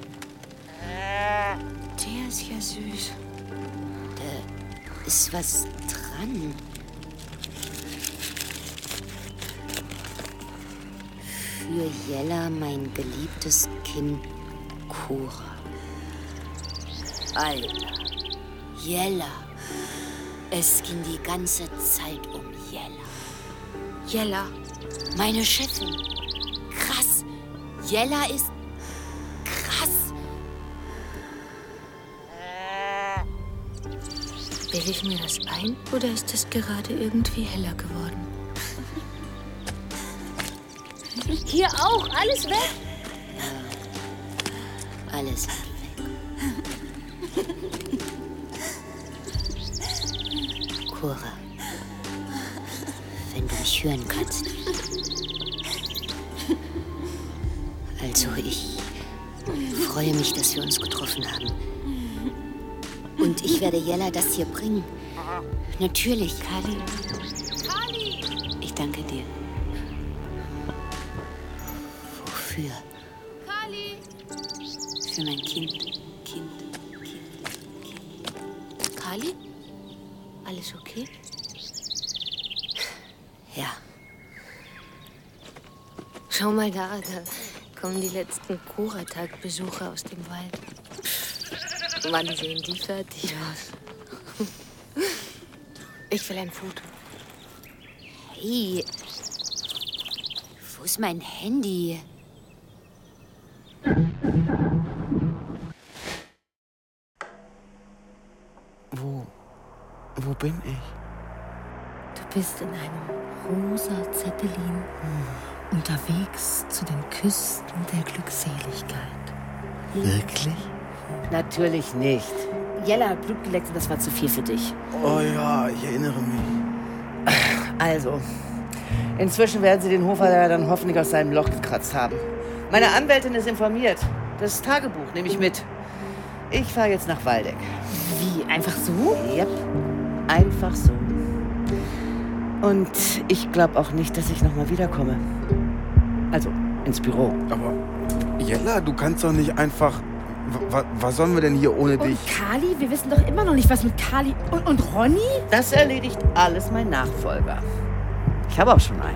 Der ist ja süß. Da ist was dran. Für Jella, mein geliebtes Kind Cora. Alter, Jella. Es ging die ganze Zeit um Jella. Jella. Meine Chefin. Krass. Jella ist krass. Bilde ich mir das ein oder ist es gerade irgendwie heller geworden? Hier auch, alles weg? Ja, alles weg. Cora, wenn du mich hören kannst. Also, ich freue mich, dass wir uns getroffen haben. Und ich werde Jella das hier bringen. Natürlich, Kali. Kali! Ich danke dir. Wofür? Kali! Für mein Kind. Kali? Alles okay? Ja. Schau mal da kommen die letzten Cora-Tag-Besucher aus dem Wald. Mann, sehen die fertig aus. Ich will ein Foto. Hey, wo ist mein Handy? Wo bin ich? Du bist in einem rosa Zeppelin unterwegs zu den Küsten der Glückseligkeit. Wirklich? Natürlich nicht. Jella hat Blut geleckt und das war zu viel für dich. Oh ja, ich erinnere mich. Also, inzwischen werden sie den Hofer dann hoffentlich aus seinem Loch gekratzt haben. Meine Anwältin ist informiert. Das Tagebuch nehme ich mit. Ich fahre jetzt nach Waldeck. Wie, einfach so? Yep, einfach so. Und ich glaube auch nicht, dass ich nochmal wiederkomme. Also, ins Büro. Aber, Jella, du kannst doch nicht einfach... Was sollen wir denn hier ohne dich? Und Kali? Wir wissen doch immer noch nicht, was mit Kali und Ronny? Das erledigt alles mein Nachfolger. Ich habe auch schon einen.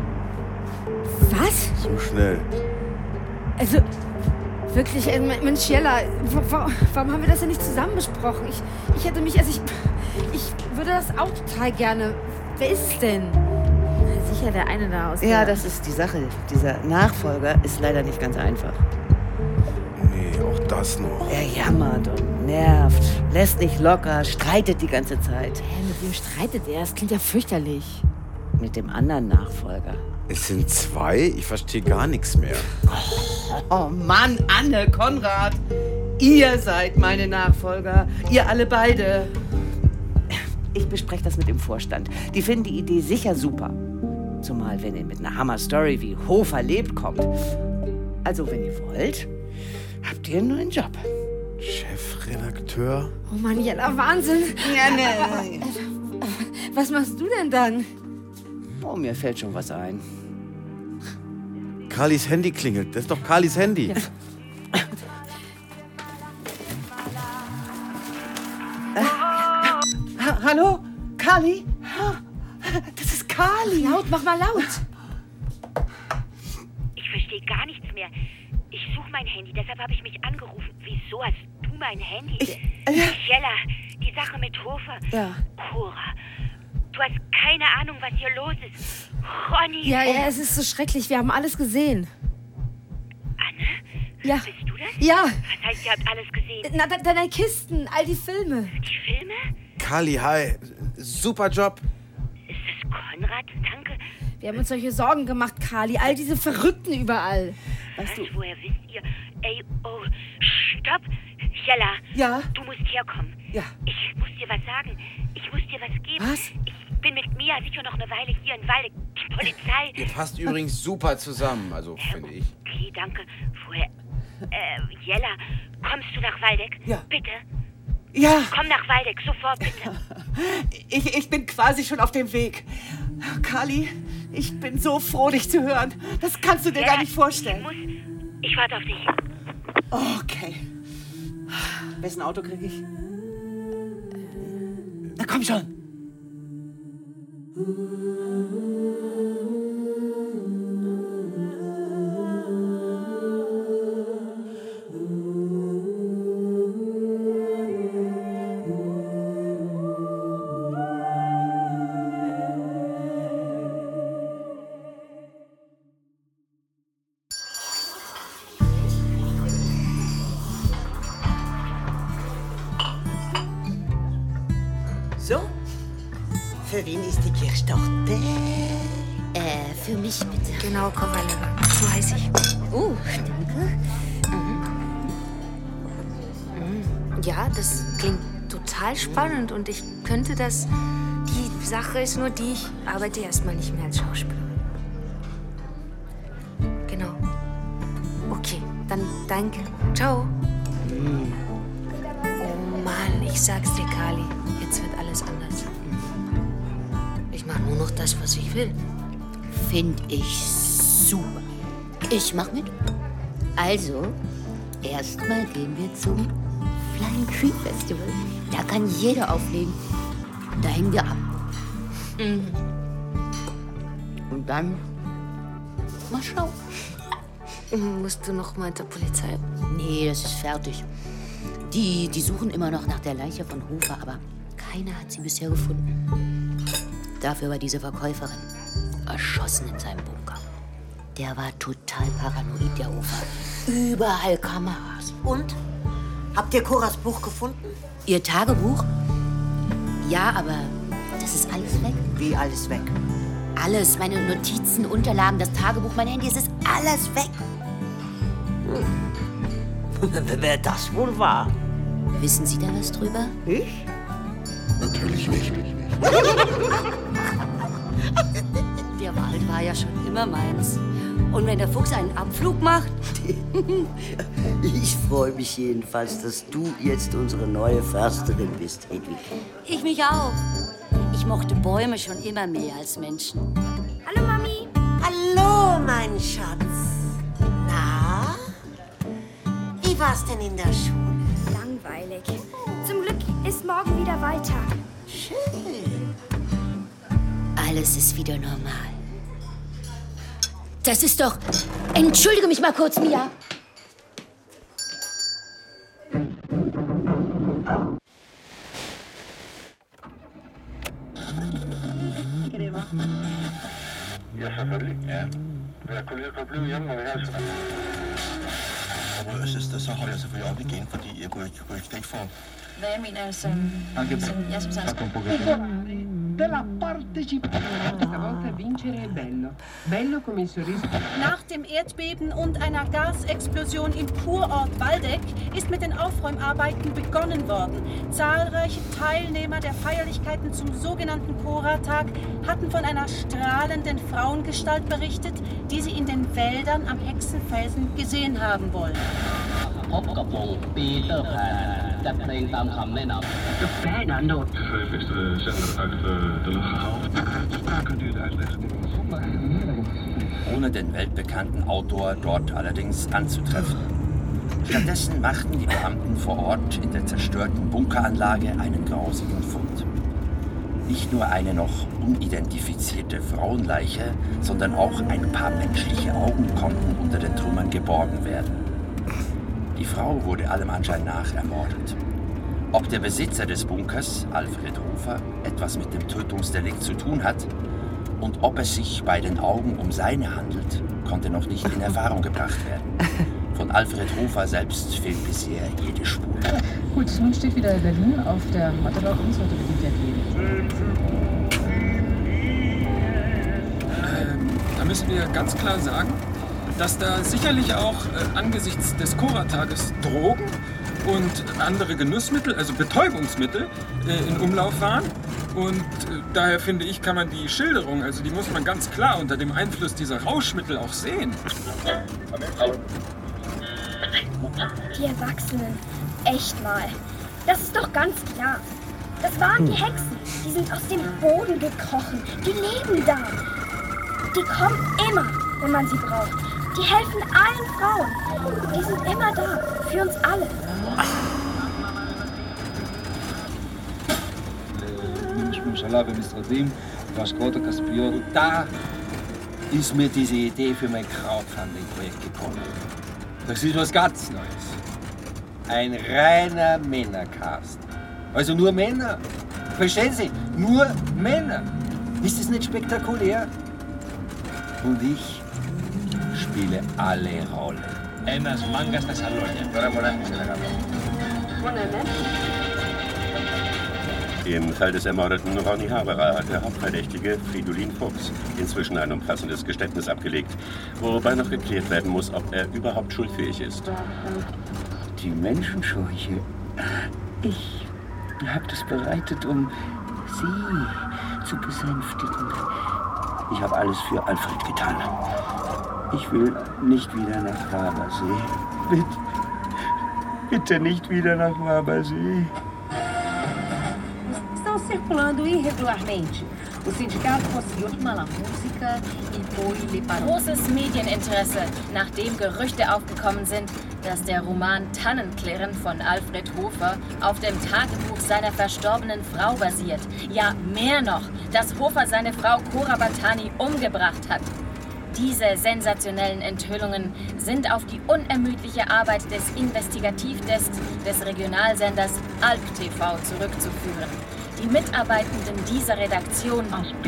Was? So schnell. Also, wirklich, Mensch, Jella, warum haben wir das denn nicht zusammen besprochen? Ich hätte mich, ich würde das auch total gerne. Wer ist es denn? Sicher der eine da aus. Ja, das ist die Sache. Dieser Nachfolger ist leider nicht ganz einfach. Nee, auch das noch. Er jammert und nervt, lässt nicht locker, streitet die ganze Zeit. Hä, mit wem streitet er? Das klingt ja fürchterlich. Mit dem anderen Nachfolger. Es sind zwei? Ich verstehe gar nichts mehr. Oh Mann, Anne, Konrad. Ihr seid meine Nachfolger. Ihr alle beide. Ich bespreche das mit dem Vorstand. Die finden die Idee sicher super. Zumal, wenn ihr mit einer Hammer-Story wie Hofer lebt kommt. Also, wenn ihr wollt, habt ihr einen neuen Job. Chefredakteur? Oh Mann, Jella, Wahnsinn. Ja, ne. Was machst du denn dann? Oh, mir fällt schon was ein. Kalis Handy klingelt. Das ist doch Kalis Handy. Ja. Hallo? Kali? Das ist Kali. Laut, mach mal laut. Ich verstehe gar nichts mehr. Ich suche mein Handy, deshalb habe ich mich angerufen. Wieso hast du mein Handy? Jella, die Sache mit Hofer. Ja. Cora, du hast keine Ahnung, was hier los ist. Ronny. Ja, es ist so schrecklich. Wir haben alles gesehen. Anne? Ja. Bist du das? Ja. Was heißt, ihr habt alles gesehen? Na, deine Kisten, all die Filme. Die Filme? Kali, hi. Super Job. Ist das Konrad? Danke. Wir haben uns solche Sorgen gemacht, Kali. All diese Verrückten überall. Weißt du, woher wisst ihr? Ey, oh, stopp. Jella. Ja? Du musst herkommen. Ja. Ich muss dir was sagen. Ich muss dir was geben. Was? Ich bin mit Mia sicher noch eine Weile hier in Waldeck. Die Polizei. Ihr passt übrigens super zusammen, also finde ich. Okay, danke. Vorher. Jella, kommst du nach Waldeck? Ja. Bitte. Ja. Komm nach Waldeck, sofort, bitte. Ich bin quasi schon auf dem Weg. Kali, ich bin so froh, dich zu hören. Das kannst du dir gar nicht vorstellen. Ich warte auf dich. Okay. Wessen Auto kriege ich? Na komm schon. So, für wen ist die Kirschtorte? Für mich bitte. Genau, Kowaleva. So heiß ich. Oh, danke. Ja, das klingt total spannend und ich könnte das... Die Sache ist nur die, ich arbeite erstmal nicht mehr als Schauspielerin. Genau. Okay, dann danke. Ciao. Oh Mann, ich sag's dir, Kali. Jetzt wird alles anders. Ich mache nur noch das, was ich will. Find ich super. Ich mach mit. Also, erstmal gehen wir zum Flying Tree Festival. Da kann jeder auflegen. Da hängen wir ab. Und dann mal schauen. Musst du noch mal zur Polizei? Nee, das ist fertig. Die suchen immer noch nach der Leiche von Hofer, aber keiner hat sie bisher gefunden. Dafür war diese Verkäuferin erschossen in seinem Bunker. Der war total paranoid, der Hofer. Überall Kameras. Und? Habt ihr Coras Buch gefunden? Ihr Tagebuch? Ja, aber das ist alles weg. Wie alles weg? Alles, meine Notizen, Unterlagen, das Tagebuch, mein Handy, es ist alles weg. Wer das wohl war? Wissen Sie da was drüber? Ich? Natürlich nicht. Der Wald war ja schon immer meins. Und wenn der Fuchs einen Abflug macht... Ich freue mich jedenfalls, dass du jetzt unsere neue Försterin bist, Hedwig. Ich mich auch. Ich mochte Bäume schon immer mehr als Menschen. Hallo, Mami. Hallo, mein Schatz. Na? Wie war's denn in der Schule? Langweilig. Zum Glück ist morgen wieder Wahltag. Schön. Alles ist wieder normal. Das ist doch... Entschuldige mich mal kurz, Mia. Ja, selvfølgelig. Ja. Jeg kunne lige blive hjemme, når vi helst. Og så holder jeg selvfølgelig op igen, fordi jeg kunne ikke få... Hvad jeg mener, jeg som sagt... Della partecipazione. Questa volta vincere è bello. Bello come il sorriso. Nach dem Erdbeben und einer Gasexplosion im Kurort Waldeck ist mit den Aufräumarbeiten begonnen worden. Zahlreiche Teilnehmer der Feierlichkeiten zum sogenannten Cora-Tag hatten von einer strahlenden Frauengestalt berichtet, die sie in den Wäldern am Hexenfelsen gesehen haben wollen. พบกับวงปีเตอร์แพนจัดเพลงตามคำแนะนำ De bijna nood. De Veef is de zender uit de lucht gehaald. Kunt u het uitleggen? Ohne den weltbekannten Autor dort allerdings anzutreffen. Stattdessen machten die Beamten vor Ort in der zerstörten Bunkeranlage einen grausigen Fund. Nicht nur eine noch unidentifizierte Frauenleiche, sondern auch ein paar menschliche Augen konnten unter den Trümmern geborgen werden. Die Frau wurde allem Anschein nach ermordet. Ob der Besitzer des Bunkers, Alfred Hofer, etwas mit dem Tötungsdelikt zu tun hat und ob es sich bei den Augen um seine handelt, konnte noch nicht in Erfahrung gebracht werden. Von Alfred Hofer selbst fehlt bisher jede Spur. Gut, nun steht wieder Berlin auf der Matte und heute beginnt der Krieg. müssen wir ganz klar sagen, dass da sicherlich auch angesichts des Cora-Tages Drogen und andere Genussmittel, also Betäubungsmittel, in Umlauf waren. Und daher finde ich, kann man die Schilderung, also die muss man ganz klar unter dem Einfluss dieser Rauschmittel auch sehen. Die Erwachsenen. Echt mal. Das ist doch ganz klar. Das waren die Hexen. Die sind aus dem Boden gekrochen. Die leben da. Die kommen immer, wenn man sie braucht. Die helfen allen Frauen. Die sind immer da. Für uns alle. Da ist mir diese Idee für mein Crowdfunding-Projekt gekommen. Das ist was ganz Neues. Ein reiner Männercast. Also nur Männer. Verstehen Sie? Nur Männer. Ist das nicht spektakulär? Und ich spiele alle Rollen. Enas mangas de Salonia. Im Fall des ermordeten Ronny Haberer hat der Hauptverdächtige Fridolin Fuchs inzwischen ein umfassendes Geständnis abgelegt, wobei noch geklärt werden muss, ob er überhaupt schuldfähig ist. Die Menschenscheuche. Ich habe das bereitet, um Sie zu besänftigen. Ich habe alles für Alfred getan. Ich will nicht wieder nach Wabersee. Bitte nicht wieder nach Wabersee. Estão circulando irregularmente. O sindicato conseguiu mal a música e foi-lhe para... Großes Medieninteresse, nachdem Gerüchte aufgekommen sind, dass der Roman Tannenklirren von Alfred Hofer auf dem Tagebuch seiner verstorbenen Frau basiert. Ja, mehr noch, dass Hofer seine Frau Cora Batani umgebracht hat. Diese sensationellen Enthüllungen sind auf die unermüdliche Arbeit des Investigativdesks des Regionalsenders Alp TV zurückzuführen. Die Mitarbeitenden dieser Redaktion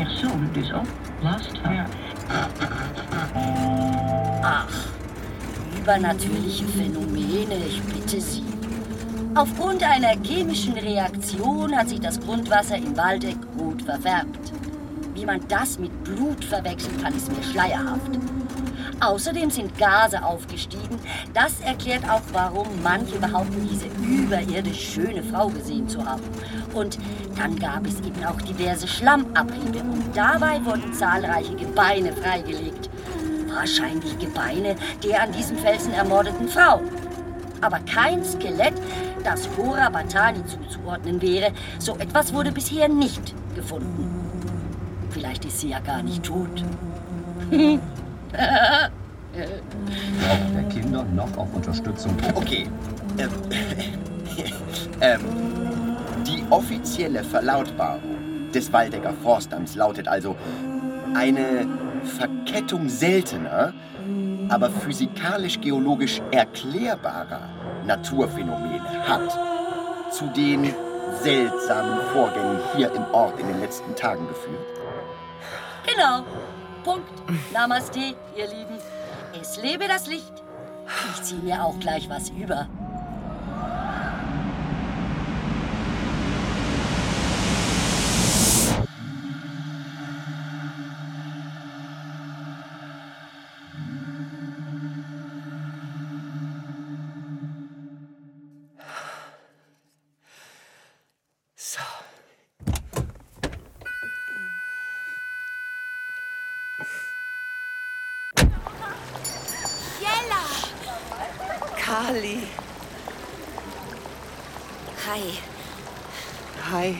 Ach, übernatürliche Phänomene, ich bitte Sie. Aufgrund einer chemischen Reaktion hat sich das Grundwasser in Waldeck rot verfärbt. Wie man das mit Blut verwechseln kann, ist mir schleierhaft. Außerdem sind Gase aufgestiegen. Das erklärt auch, warum manche behaupten, diese überirdisch schöne Frau gesehen zu haben. Und dann gab es eben auch diverse Schlammabriebe. Und dabei wurden zahlreiche Gebeine freigelegt. Wahrscheinlich Gebeine der an diesem Felsen ermordeten Frau. Aber kein Skelett, das Cora Batani zuzuordnen wäre. So etwas wurde bisher nicht gefunden. Vielleicht ist sie ja gar nicht tot. Braucht der Kinder noch auf Unterstützung? Okay. Die offizielle Verlautbarung des Waldecker Forstamts lautet also: eine Verkettung seltener, aber physikalisch-geologisch erklärbarer Naturphänomene hat zu den seltsamen Vorgängen hier im Ort in den letzten Tagen geführt. Genau. Punkt. Namaste, ihr Lieben. Es lebe das Licht. Ich ziehe mir auch gleich was über. So. Kali. Hi. Hi.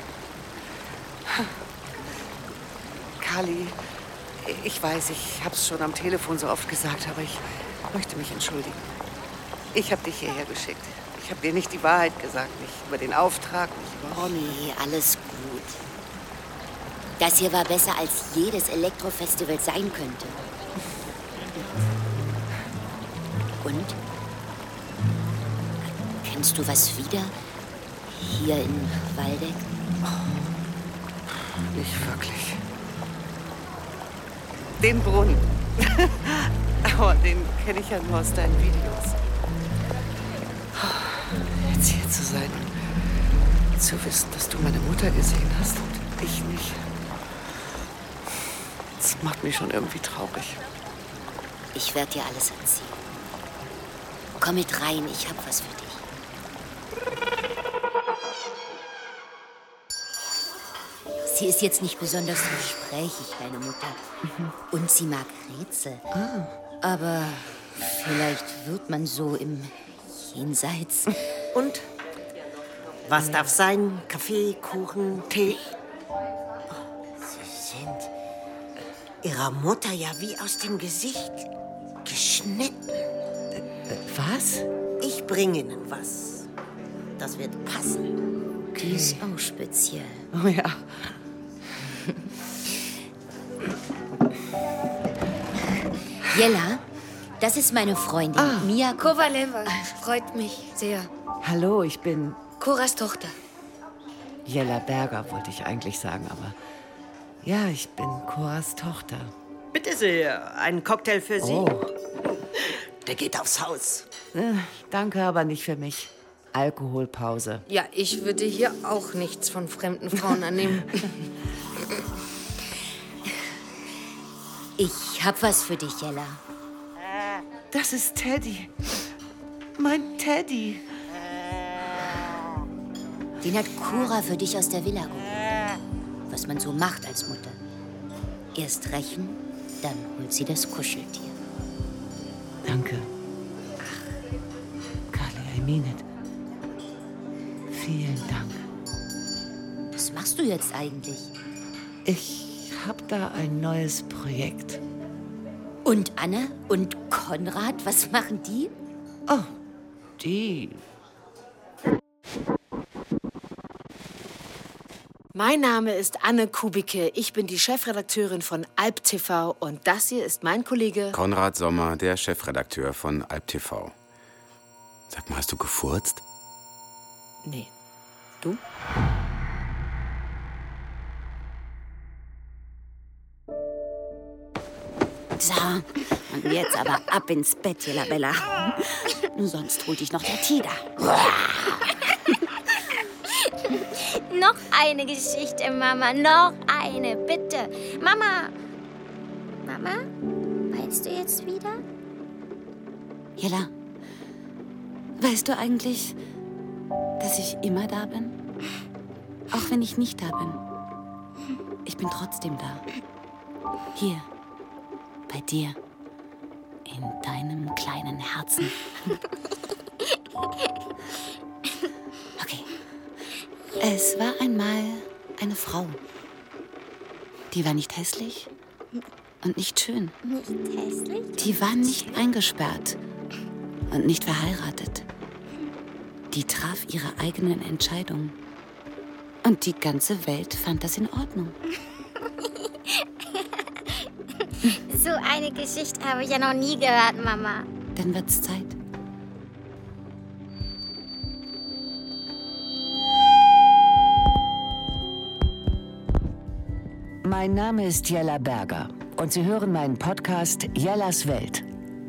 Kali, ich weiß, ich hab's schon am Telefon so oft gesagt, aber ich möchte mich entschuldigen. Ich habe dich hierher geschickt. Ich habe dir nicht die Wahrheit gesagt, nicht über den Auftrag, nicht über... Oh nee, alles gut. Das hier war besser, als jedes Elektrofestival sein könnte. Und? Kennst du was wieder? Hier in Waldeck? Oh, nicht wirklich. Den Brunnen. Aber den kenne ich ja nur aus deinen Videos. Jetzt hier zu sein und zu wissen, dass du meine Mutter gesehen hast und ich nicht. Das macht mich schon irgendwie traurig. Ich werde dir alles erzählen. Komm mit rein, ich hab was für dich. Sie ist jetzt nicht besonders gesprächig, deine Mutter. Und sie mag Rätsel. Aber vielleicht wird man so im Jenseits. Und? Was darf sein? Kaffee, Kuchen, Tee? Sie sind Ihrer Mutter ja wie aus dem Gesicht geschnitten. Was? Ich bringe Ihnen was. Das wird passen. Okay. Die ist auch speziell. Oh ja. Jella, das ist meine Freundin, Mia Kovaleva. Freut mich sehr. Hallo, ich bin Coras Tochter. Jella Berger, wollte ich eigentlich sagen, aber ja, ich bin Coras Tochter. Bitte sehr, einen Cocktail für Sie. Oh. Der geht aufs Haus. Danke, aber nicht für mich. Alkoholpause. Ja, ich würde hier auch nichts von fremden Frauen annehmen. Ich hab was für dich, Jella. Das ist Teddy. Mein Teddy. Den hat Cora für dich aus der Villa geholt. Was man so macht als Mutter. Erst rächen, dann holt sie das Kuscheltier. Danke. Kali, I mean it. Vielen Dank. Was machst du jetzt eigentlich? Ich hab da ein neues Projekt. Und Anne und Konrad, was machen die? Oh, die. Mein Name ist Anne Kubicke. Ich bin die Chefredakteurin von Alp TV und das hier ist mein Kollege Konrad Sommer, der Chefredakteur von Alp TV. Sag mal, hast du gefurzt? Nee. Du? So, und jetzt aber ab ins Bett, Jella Bella. Sonst holt dich noch der Tiger. Noch eine Geschichte, Mama. Noch eine, bitte. Mama. Mama? Weinst du jetzt wieder? Jella, weißt du eigentlich, dass ich immer da bin? Auch wenn ich nicht da bin. Ich bin trotzdem da. Hier. Bei dir. In deinem kleinen Herzen. Okay. Es war einmal eine Frau. Die war nicht hässlich und nicht schön. Nicht hässlich? Die war nicht eingesperrt und nicht verheiratet. Die traf ihre eigenen Entscheidungen. Und die ganze Welt fand das in Ordnung. So eine Geschichte habe ich ja noch nie gehört, Mama. Dann wird's Zeit. Mein Name ist Jella Berger und Sie hören meinen Podcast Jellas Welt.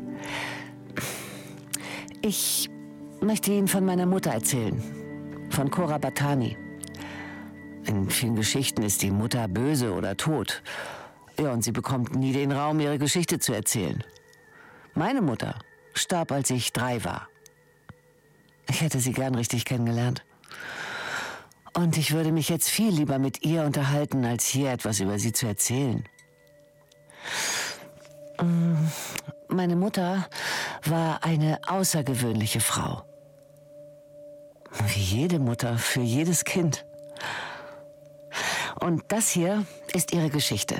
Ich möchte Ihnen von meiner Mutter erzählen, von Cora Batani. In vielen Geschichten ist die Mutter böse oder tot. Ja, und sie bekommt nie den Raum, ihre Geschichte zu erzählen. Meine Mutter starb, als ich 3 war. Ich hätte sie gern richtig kennengelernt. Und ich würde mich jetzt viel lieber mit ihr unterhalten, als hier etwas über sie zu erzählen. Meine Mutter war eine außergewöhnliche Frau. Wie jede Mutter für jedes Kind. Und das hier ist ihre Geschichte.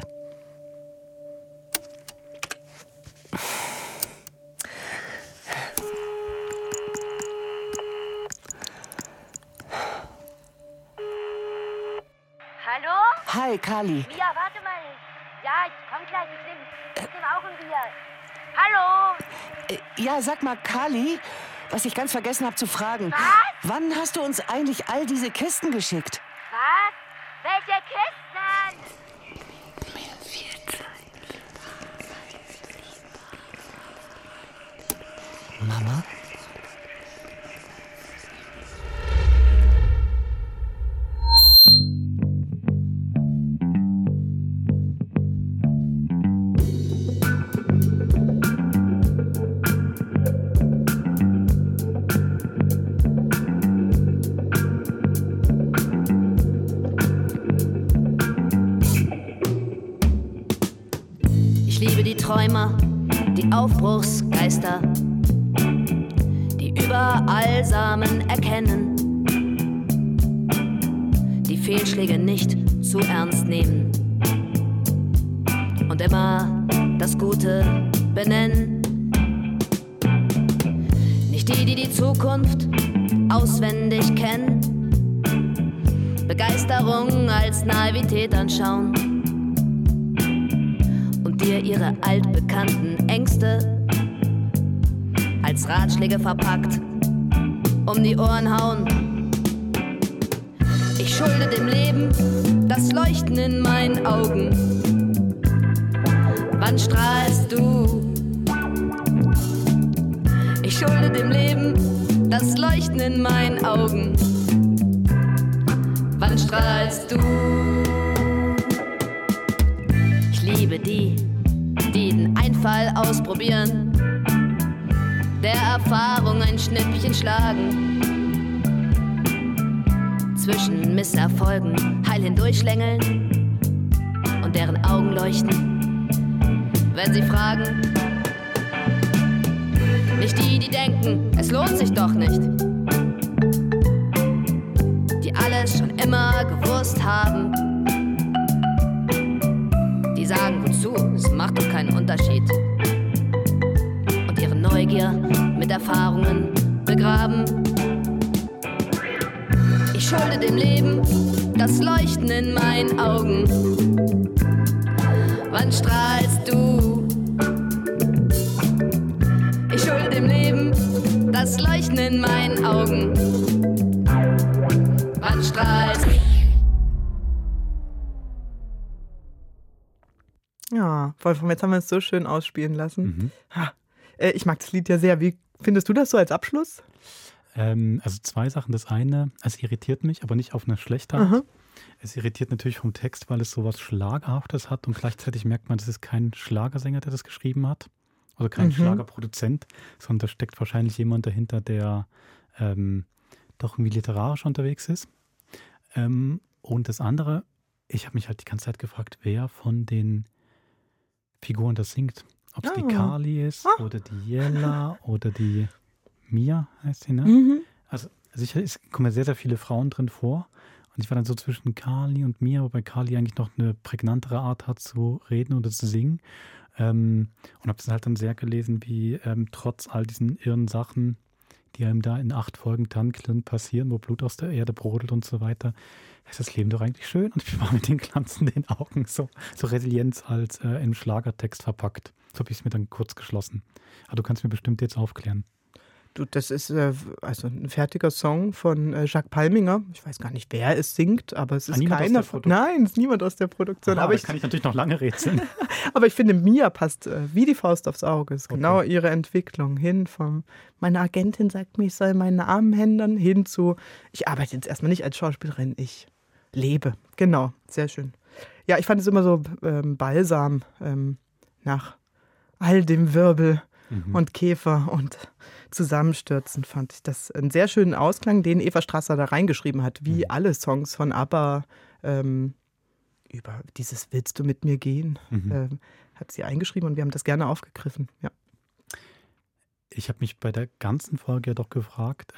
Hallo? Hi, Kali. Mia, warte mal. Ja, ich komm gleich. Ich nehme auch ein Bier. Hallo? Ja, sag mal, Kali, was ich ganz vergessen habe zu fragen. Was? Wann hast du uns eigentlich all diese Kisten geschickt? Was? Welche Kisten? Mama? Träumer, die Aufbruchsgeister, die überall Samen erkennen, die Fehlschläge nicht zu ernst nehmen und immer das Gute benennen. Nicht die, die die Zukunft auswendig kennen, Begeisterung als Naivität anschauen und dir ihre altbekannten Ängste als Ratschläge verpackt um die Ohren hauen. Ich schulde dem Leben das Leuchten in meinen Augen. Wann strahlst du? Ich schulde dem Leben das Leuchten in meinen Augen. Wann strahlst du? Ich liebe die, die den Einfall ausprobieren, der Erfahrung ein Schnippchen schlagen, zwischen Misserfolgen heil hindurchschlängeln und deren Augen leuchten, wenn sie fragen. Nicht die, die denken, es lohnt sich doch nicht, die alles schon immer gewusst haben, die sagen, wozu, es macht doch keinen Unterschied, und ihre Neugier mit Erfahrungen begraben. Ich schulde dem Leben das Leuchten in meinen Augen. Wann strahlst du? Ich schulde dem Leben das Leuchten in meinen Augen. Wann strahlst du? Ja, Wolfram, jetzt haben wir es so schön ausspielen lassen. Ich mag das Lied ja sehr. Wie findest du das so als Abschluss? Also zwei Sachen. Das eine, es irritiert mich, aber nicht auf eine schlechte Art. Aha. Es irritiert natürlich vom Text, weil es so was Schlagerhaftes hat und gleichzeitig merkt man, das ist kein Schlagersänger, der das geschrieben hat. Also kein Schlagerproduzent, sondern da steckt wahrscheinlich jemand dahinter, der doch irgendwie literarisch unterwegs ist. Und das andere, ich habe mich halt die ganze Zeit gefragt, wer von den Figuren das singt. Ob es die Kali ist oder die Jella oder die Mia heißt sie, ne? Also es kommen ja sehr, sehr viele Frauen drin vor. Und ich war dann so zwischen Kali und Mia, wobei Kali eigentlich noch eine prägnantere Art hat zu reden oder zu singen. Und habe das halt dann sehr gelesen, wie trotz all diesen irren Sachen, die einem da in 8 Folgen Tannenklirren passieren, wo Blut aus der Erde brodelt und so weiter, ist das Leben doch eigentlich schön. Und ich war mit den glanzenden Augen so Resilienz als im Schlagertext verpackt. So habe ich es mir dann kurz geschlossen. Aber du kannst mir bestimmt jetzt aufklären. Du, das ist also ein fertiger Song von Jacques Palminger. Ich weiß gar nicht, wer es singt, aber es ist keiner von. Nein, es ist niemand aus der Produktion. Aha, aber kann ich natürlich noch lange rätseln. Aber ich finde, Mia passt wie die Faust aufs Auge. Es ist genau ihre Entwicklung hin vom, meine Agentin sagt mir, ich soll meinen Arm hindern, hin zu, ich arbeite jetzt erstmal nicht als Schauspielerin, ich lebe. Genau, sehr schön. Ja, ich fand es immer so balsam nach all dem Wirbel und Käfer und Zusammenstürzen, fand ich das einen sehr schönen Ausklang, den Eva Strasser da reingeschrieben hat, wie alle Songs von ABBA über dieses Willst du mit mir gehen, hat sie eingeschrieben und wir haben das gerne aufgegriffen. Ja. Ich habe mich bei der ganzen Folge ja doch gefragt,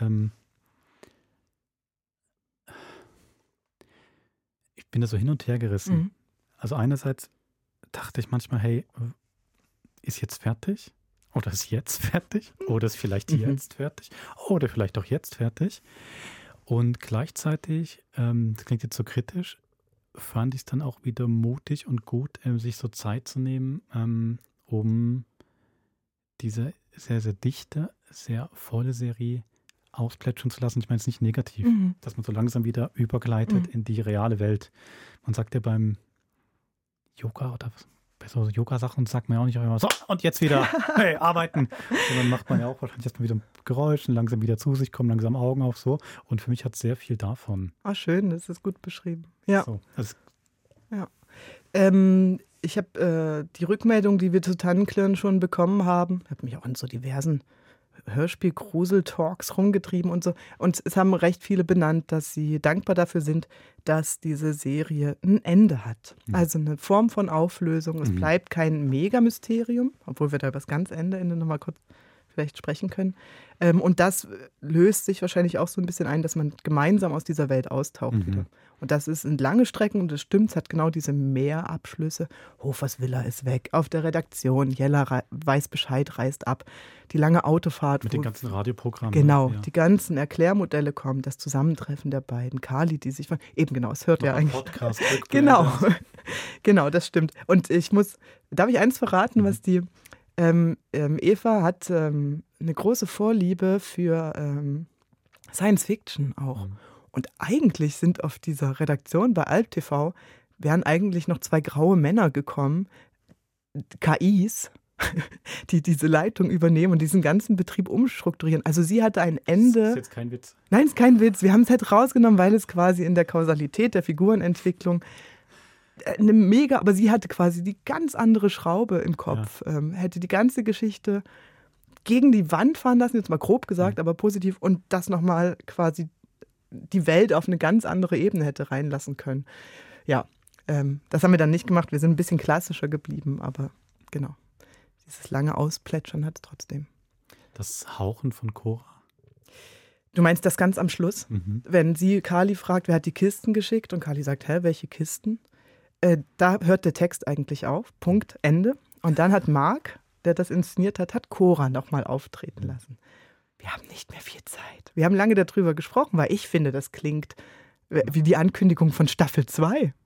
ich bin da so hin und her gerissen. Also einerseits dachte ich manchmal, hey, ist jetzt fertig? Oder ist jetzt fertig? Oder ist vielleicht jetzt fertig? Oder vielleicht auch jetzt fertig? Und gleichzeitig, das klingt jetzt so kritisch, fand ich es dann auch wieder mutig und gut, sich so Zeit zu nehmen, um diese sehr, sehr dichte, sehr volle Serie ausplätschern zu lassen. Ich meine es nicht negativ, dass man so langsam wieder übergleitet in die reale Welt. Man sagt ja beim Yoga oder was? Bei so Yoga-Sachen sagt man ja auch nicht immer so, und jetzt wieder, hey, arbeiten. Und dann macht man ja auch wahrscheinlich erstmal wieder ein Geräusch und langsam wieder zu sich kommen, langsam Augen auf so. Und für mich hat es sehr viel davon. Ah, schön, das ist gut beschrieben. Ja. So, also ja. Ich habe die Rückmeldung, die wir zu Tannenklirren schon bekommen haben, habe mich auch an so diversen Hörspiel-Grusel-Talks rumgetrieben und so. Und es haben recht viele benannt, dass sie dankbar dafür sind, dass diese Serie ein Ende hat. Also eine Form von Auflösung. Es bleibt kein Mega-Mysterium, obwohl wir da über das ganze Ende nochmal kurz vielleicht sprechen können. Und das löst sich wahrscheinlich auch so ein bisschen ein, dass man gemeinsam aus dieser Welt austaucht wieder. Und das sind lange Strecken und das stimmt, es hat genau diese Mehrabschlüsse. Hofers Villa ist weg, auf der Redaktion, Jella weiß Bescheid, reist ab. Die lange Autofahrt. Mit den ganzen Radioprogrammen. Genau, die ganzen Erklärmodelle kommen, das Zusammentreffen der beiden, Kali, die sich eben genau, es hört noch ja eigentlich. Podcast, genau, das stimmt. Und darf ich eins verraten, was die Eva hat eine große Vorliebe für Science Fiction auch. Und eigentlich sind auf dieser Redaktion bei Alp TV, wären eigentlich noch 2 graue Männer gekommen, KIs, die diese Leitung übernehmen und diesen ganzen Betrieb umstrukturieren. Also sie hatte ein Ende. Das ist jetzt kein Witz. Nein, ist kein Witz. Wir haben es halt rausgenommen, weil es quasi in der Kausalität der Figurenentwicklung aber sie hatte quasi die ganz andere Schraube im Kopf, hätte die ganze Geschichte gegen die Wand fahren lassen, jetzt mal grob gesagt, aber positiv, und das nochmal quasi die Welt auf eine ganz andere Ebene hätte reinlassen können. Ja, das haben wir dann nicht gemacht, wir sind ein bisschen klassischer geblieben, aber genau, dieses lange Ausplätschern hat es trotzdem. Das Hauchen von Cora? Du meinst das ganz am Schluss? Wenn sie Kali fragt, wer hat die Kisten geschickt, und Kali sagt, welche Kisten? Da hört der Text eigentlich auf, Punkt, Ende. Und dann hat Marc, der das inszeniert hat Cora nochmal auftreten lassen. Wir haben nicht mehr viel Zeit. Wir haben lange darüber gesprochen, weil ich finde, das klingt wie die Ankündigung von Staffel 2.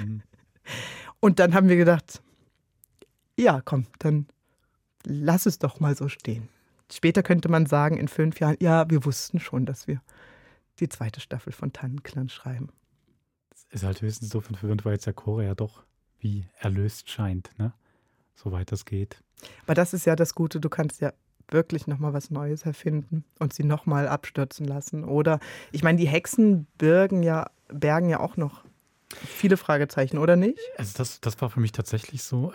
Und dann haben wir gedacht, ja, komm, dann lass es doch mal so stehen. Später könnte man sagen, in 5 Jahren, ja, wir wussten schon, dass wir die 2. Staffel von Tannenklan schreiben. Ist halt höchstens so verwirrend, weil jetzt der Cora ja doch wie erlöst scheint, ne? Soweit das geht. Aber das ist ja das Gute, du kannst ja wirklich nochmal was Neues erfinden und sie nochmal abstürzen lassen. Oder, ich meine, die Hexen bergen ja auch noch viele Fragezeichen, oder nicht? Also das war für mich tatsächlich so.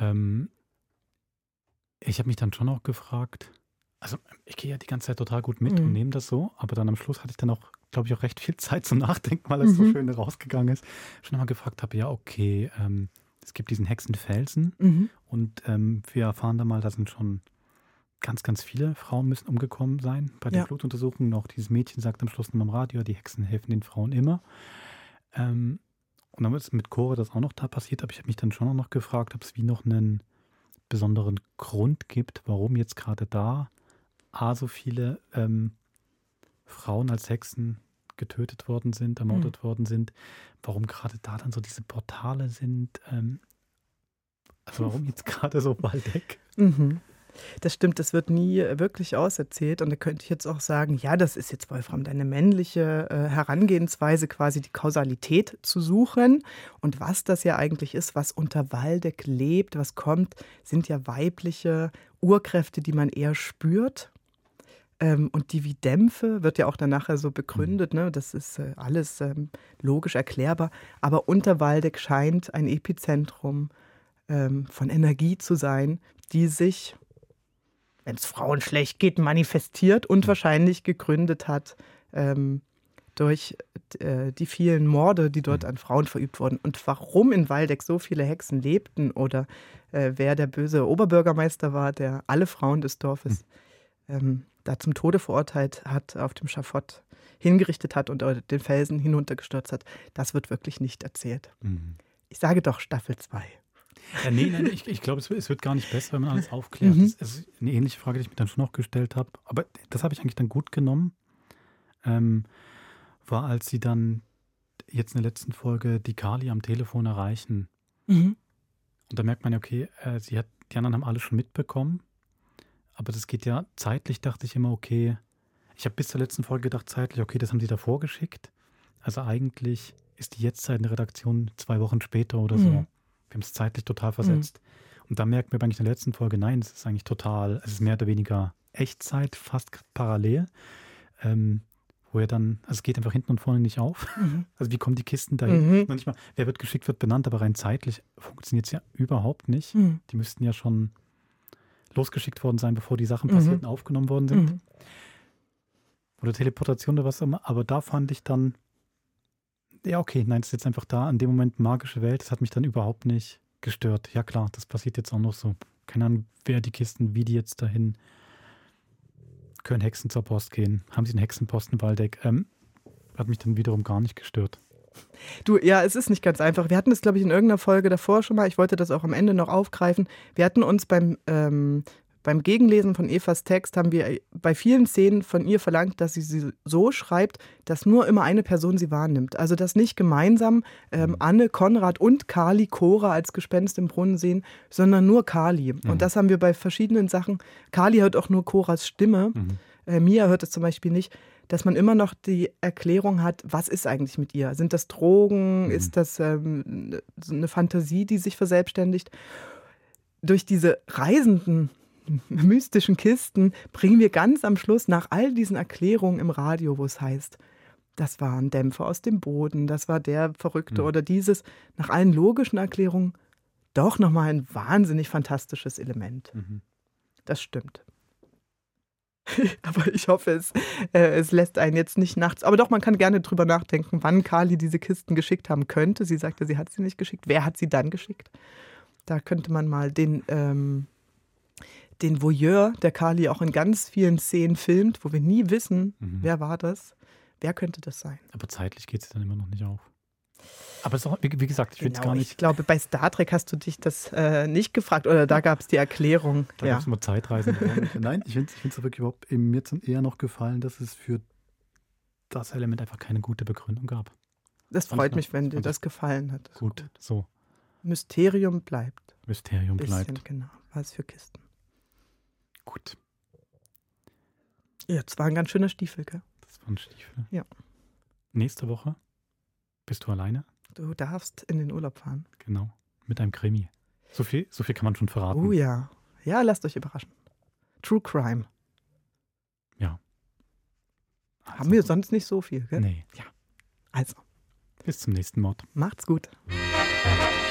Ich habe mich dann schon auch gefragt, also ich gehe ja die ganze Zeit total gut mit und nehme das so, aber dann am Schluss hatte ich dann auch, glaube ich, auch recht viel Zeit zum Nachdenken, weil es so schön rausgegangen ist. Schon einmal gefragt habe, ja, okay, es gibt diesen Hexenfelsen und wir erfahren dann mal, da sind schon ganz, ganz viele Frauen müssen umgekommen sein bei den Blutuntersuchungen. Auch dieses Mädchen sagt am Schluss noch im Radio, die Hexen helfen den Frauen immer. Und dann ist mit Cora das auch noch da passiert, aber ich habe mich dann schon auch noch gefragt, ob es wie noch einen besonderen Grund gibt, warum jetzt gerade da so viele Frauen als Hexen getötet worden sind, ermordet worden sind, warum gerade da dann so diese Portale sind, also warum jetzt gerade so Waldeck? Das stimmt, das wird nie wirklich auserzählt, und da könnte ich jetzt auch sagen, ja, das ist jetzt Wolfram deine männliche Herangehensweise, quasi die Kausalität zu suchen, und was das ja eigentlich ist, was unter Waldeck lebt, was kommt, sind ja weibliche Urkräfte, die man eher spürt. Und die wie Dämpfe wird ja auch dann nachher so begründet, ne? Das ist alles logisch erklärbar. Aber unter Waldeck scheint ein Epizentrum von Energie zu sein, die sich, wenn es Frauen schlecht geht, manifestiert und wahrscheinlich gegründet hat durch die vielen Morde, die dort an Frauen verübt wurden. Und warum in Waldeck so viele Hexen lebten oder wer der böse Oberbürgermeister war, der alle Frauen des Dorfes da zum Tode verurteilt hat, auf dem Schafott hingerichtet hat und den Felsen hinuntergestürzt hat, das wird wirklich nicht erzählt. Ich sage doch Staffel 2. Ja, nee, ich glaube, es wird gar nicht besser, wenn man alles aufklärt. Das ist eine ähnliche Frage, die ich mir dann schon noch gestellt habe. Aber das habe ich eigentlich dann gut genommen, war, als sie dann jetzt in der letzten Folge die Kali am Telefon erreichen. Und da merkt man ja, okay, die anderen haben alles schon mitbekommen. Aber das geht ja zeitlich, dachte ich immer, okay, ich habe bis zur letzten Folge gedacht, zeitlich, okay, das haben sie davor geschickt. Also eigentlich ist die Jetztzeit in der Redaktion 2 Wochen später oder so. Wir haben es zeitlich total versetzt. Und da merkt man eigentlich in der letzten Folge, nein, es ist eigentlich total, es ist mehr oder weniger Echtzeit, fast parallel. Wo er dann, also es geht einfach hinten und vorne nicht auf. Also wie kommen die Kisten dahin? Noch nicht mal, wer wird geschickt, wird benannt, aber rein zeitlich funktioniert es ja überhaupt nicht. Die müssten ja schon losgeschickt worden sein, bevor die Sachen passiert und aufgenommen worden sind. Mhm. Oder Teleportation oder was auch immer. Aber da fand ich dann, ja okay, nein, das ist jetzt einfach da, in dem Moment magische Welt, das hat mich dann überhaupt nicht gestört. Ja klar, das passiert jetzt auch noch so. Keine Ahnung, wer die Kisten, wie die jetzt dahin, können Hexen zur Post gehen. Haben sie einen Hexenposten, Waldeck? Hat mich dann wiederum gar nicht gestört. Du, ja, es ist nicht ganz einfach. Wir hatten es, glaube ich, in irgendeiner Folge davor schon mal. Ich wollte das auch am Ende noch aufgreifen. Wir hatten uns beim Gegenlesen von Evas Text, haben wir bei vielen Szenen von ihr verlangt, dass sie so schreibt, dass nur immer eine Person sie wahrnimmt. Also, dass nicht gemeinsam Anne, Konrad und Kali Cora als Gespenst im Brunnen sehen, sondern nur Kali. Und das haben wir bei verschiedenen Sachen. Kali hört auch nur Coras Stimme. Mia hört es zum Beispiel nicht. Dass man immer noch die Erklärung hat, was ist eigentlich mit ihr? Sind das Drogen? Ist das eine Fantasie, die sich verselbstständigt? Durch diese reisenden, mystischen Kisten bringen wir ganz am Schluss nach all diesen Erklärungen im Radio, wo es heißt, das war ein Dämpfer aus dem Boden, das war der Verrückte oder dieses, nach allen logischen Erklärungen, doch nochmal ein wahnsinnig fantastisches Element. Das stimmt. Aber ich hoffe, es lässt einen jetzt nicht nachts. Aber doch, man kann gerne drüber nachdenken, wann Kali diese Kisten geschickt haben könnte. Sie sagte, sie hat sie nicht geschickt. Wer hat sie dann geschickt? Da könnte man mal den Voyeur, der Kali auch in ganz vielen Szenen filmt, wo wir nie wissen, wer war das. Wer könnte das sein? Aber zeitlich geht es dann immer noch nicht auf. Aber es ist auch, wie gesagt, ich will es gar nicht. Ich glaube, bei Star Trek hast du dich das nicht gefragt oder da gab es die Erklärung. Da gab es mal Zeitreisen. Nein, ich finde es wirklich überhaupt mir jetzt eher noch gefallen, dass es für das Element einfach keine gute Begründung gab. Das freut mich, wenn dir das gefallen hat. Gut, so. Mysterium bleibt. Mysterium bleibt. Genau, was für Kisten. Gut. Ja, das war ein ganz schöner Stiefel, gell? Das war ein Stiefel. Ja. Nächste Woche bist du alleine? Du darfst in den Urlaub fahren. Genau, mit einem Krimi. So viel kann man schon verraten. Oh ja. Ja, lasst euch überraschen. True Crime. Ja. Also, haben wir sonst nicht so viel, gell? Nee. Ja. Also. Bis zum nächsten Mord. Macht's gut.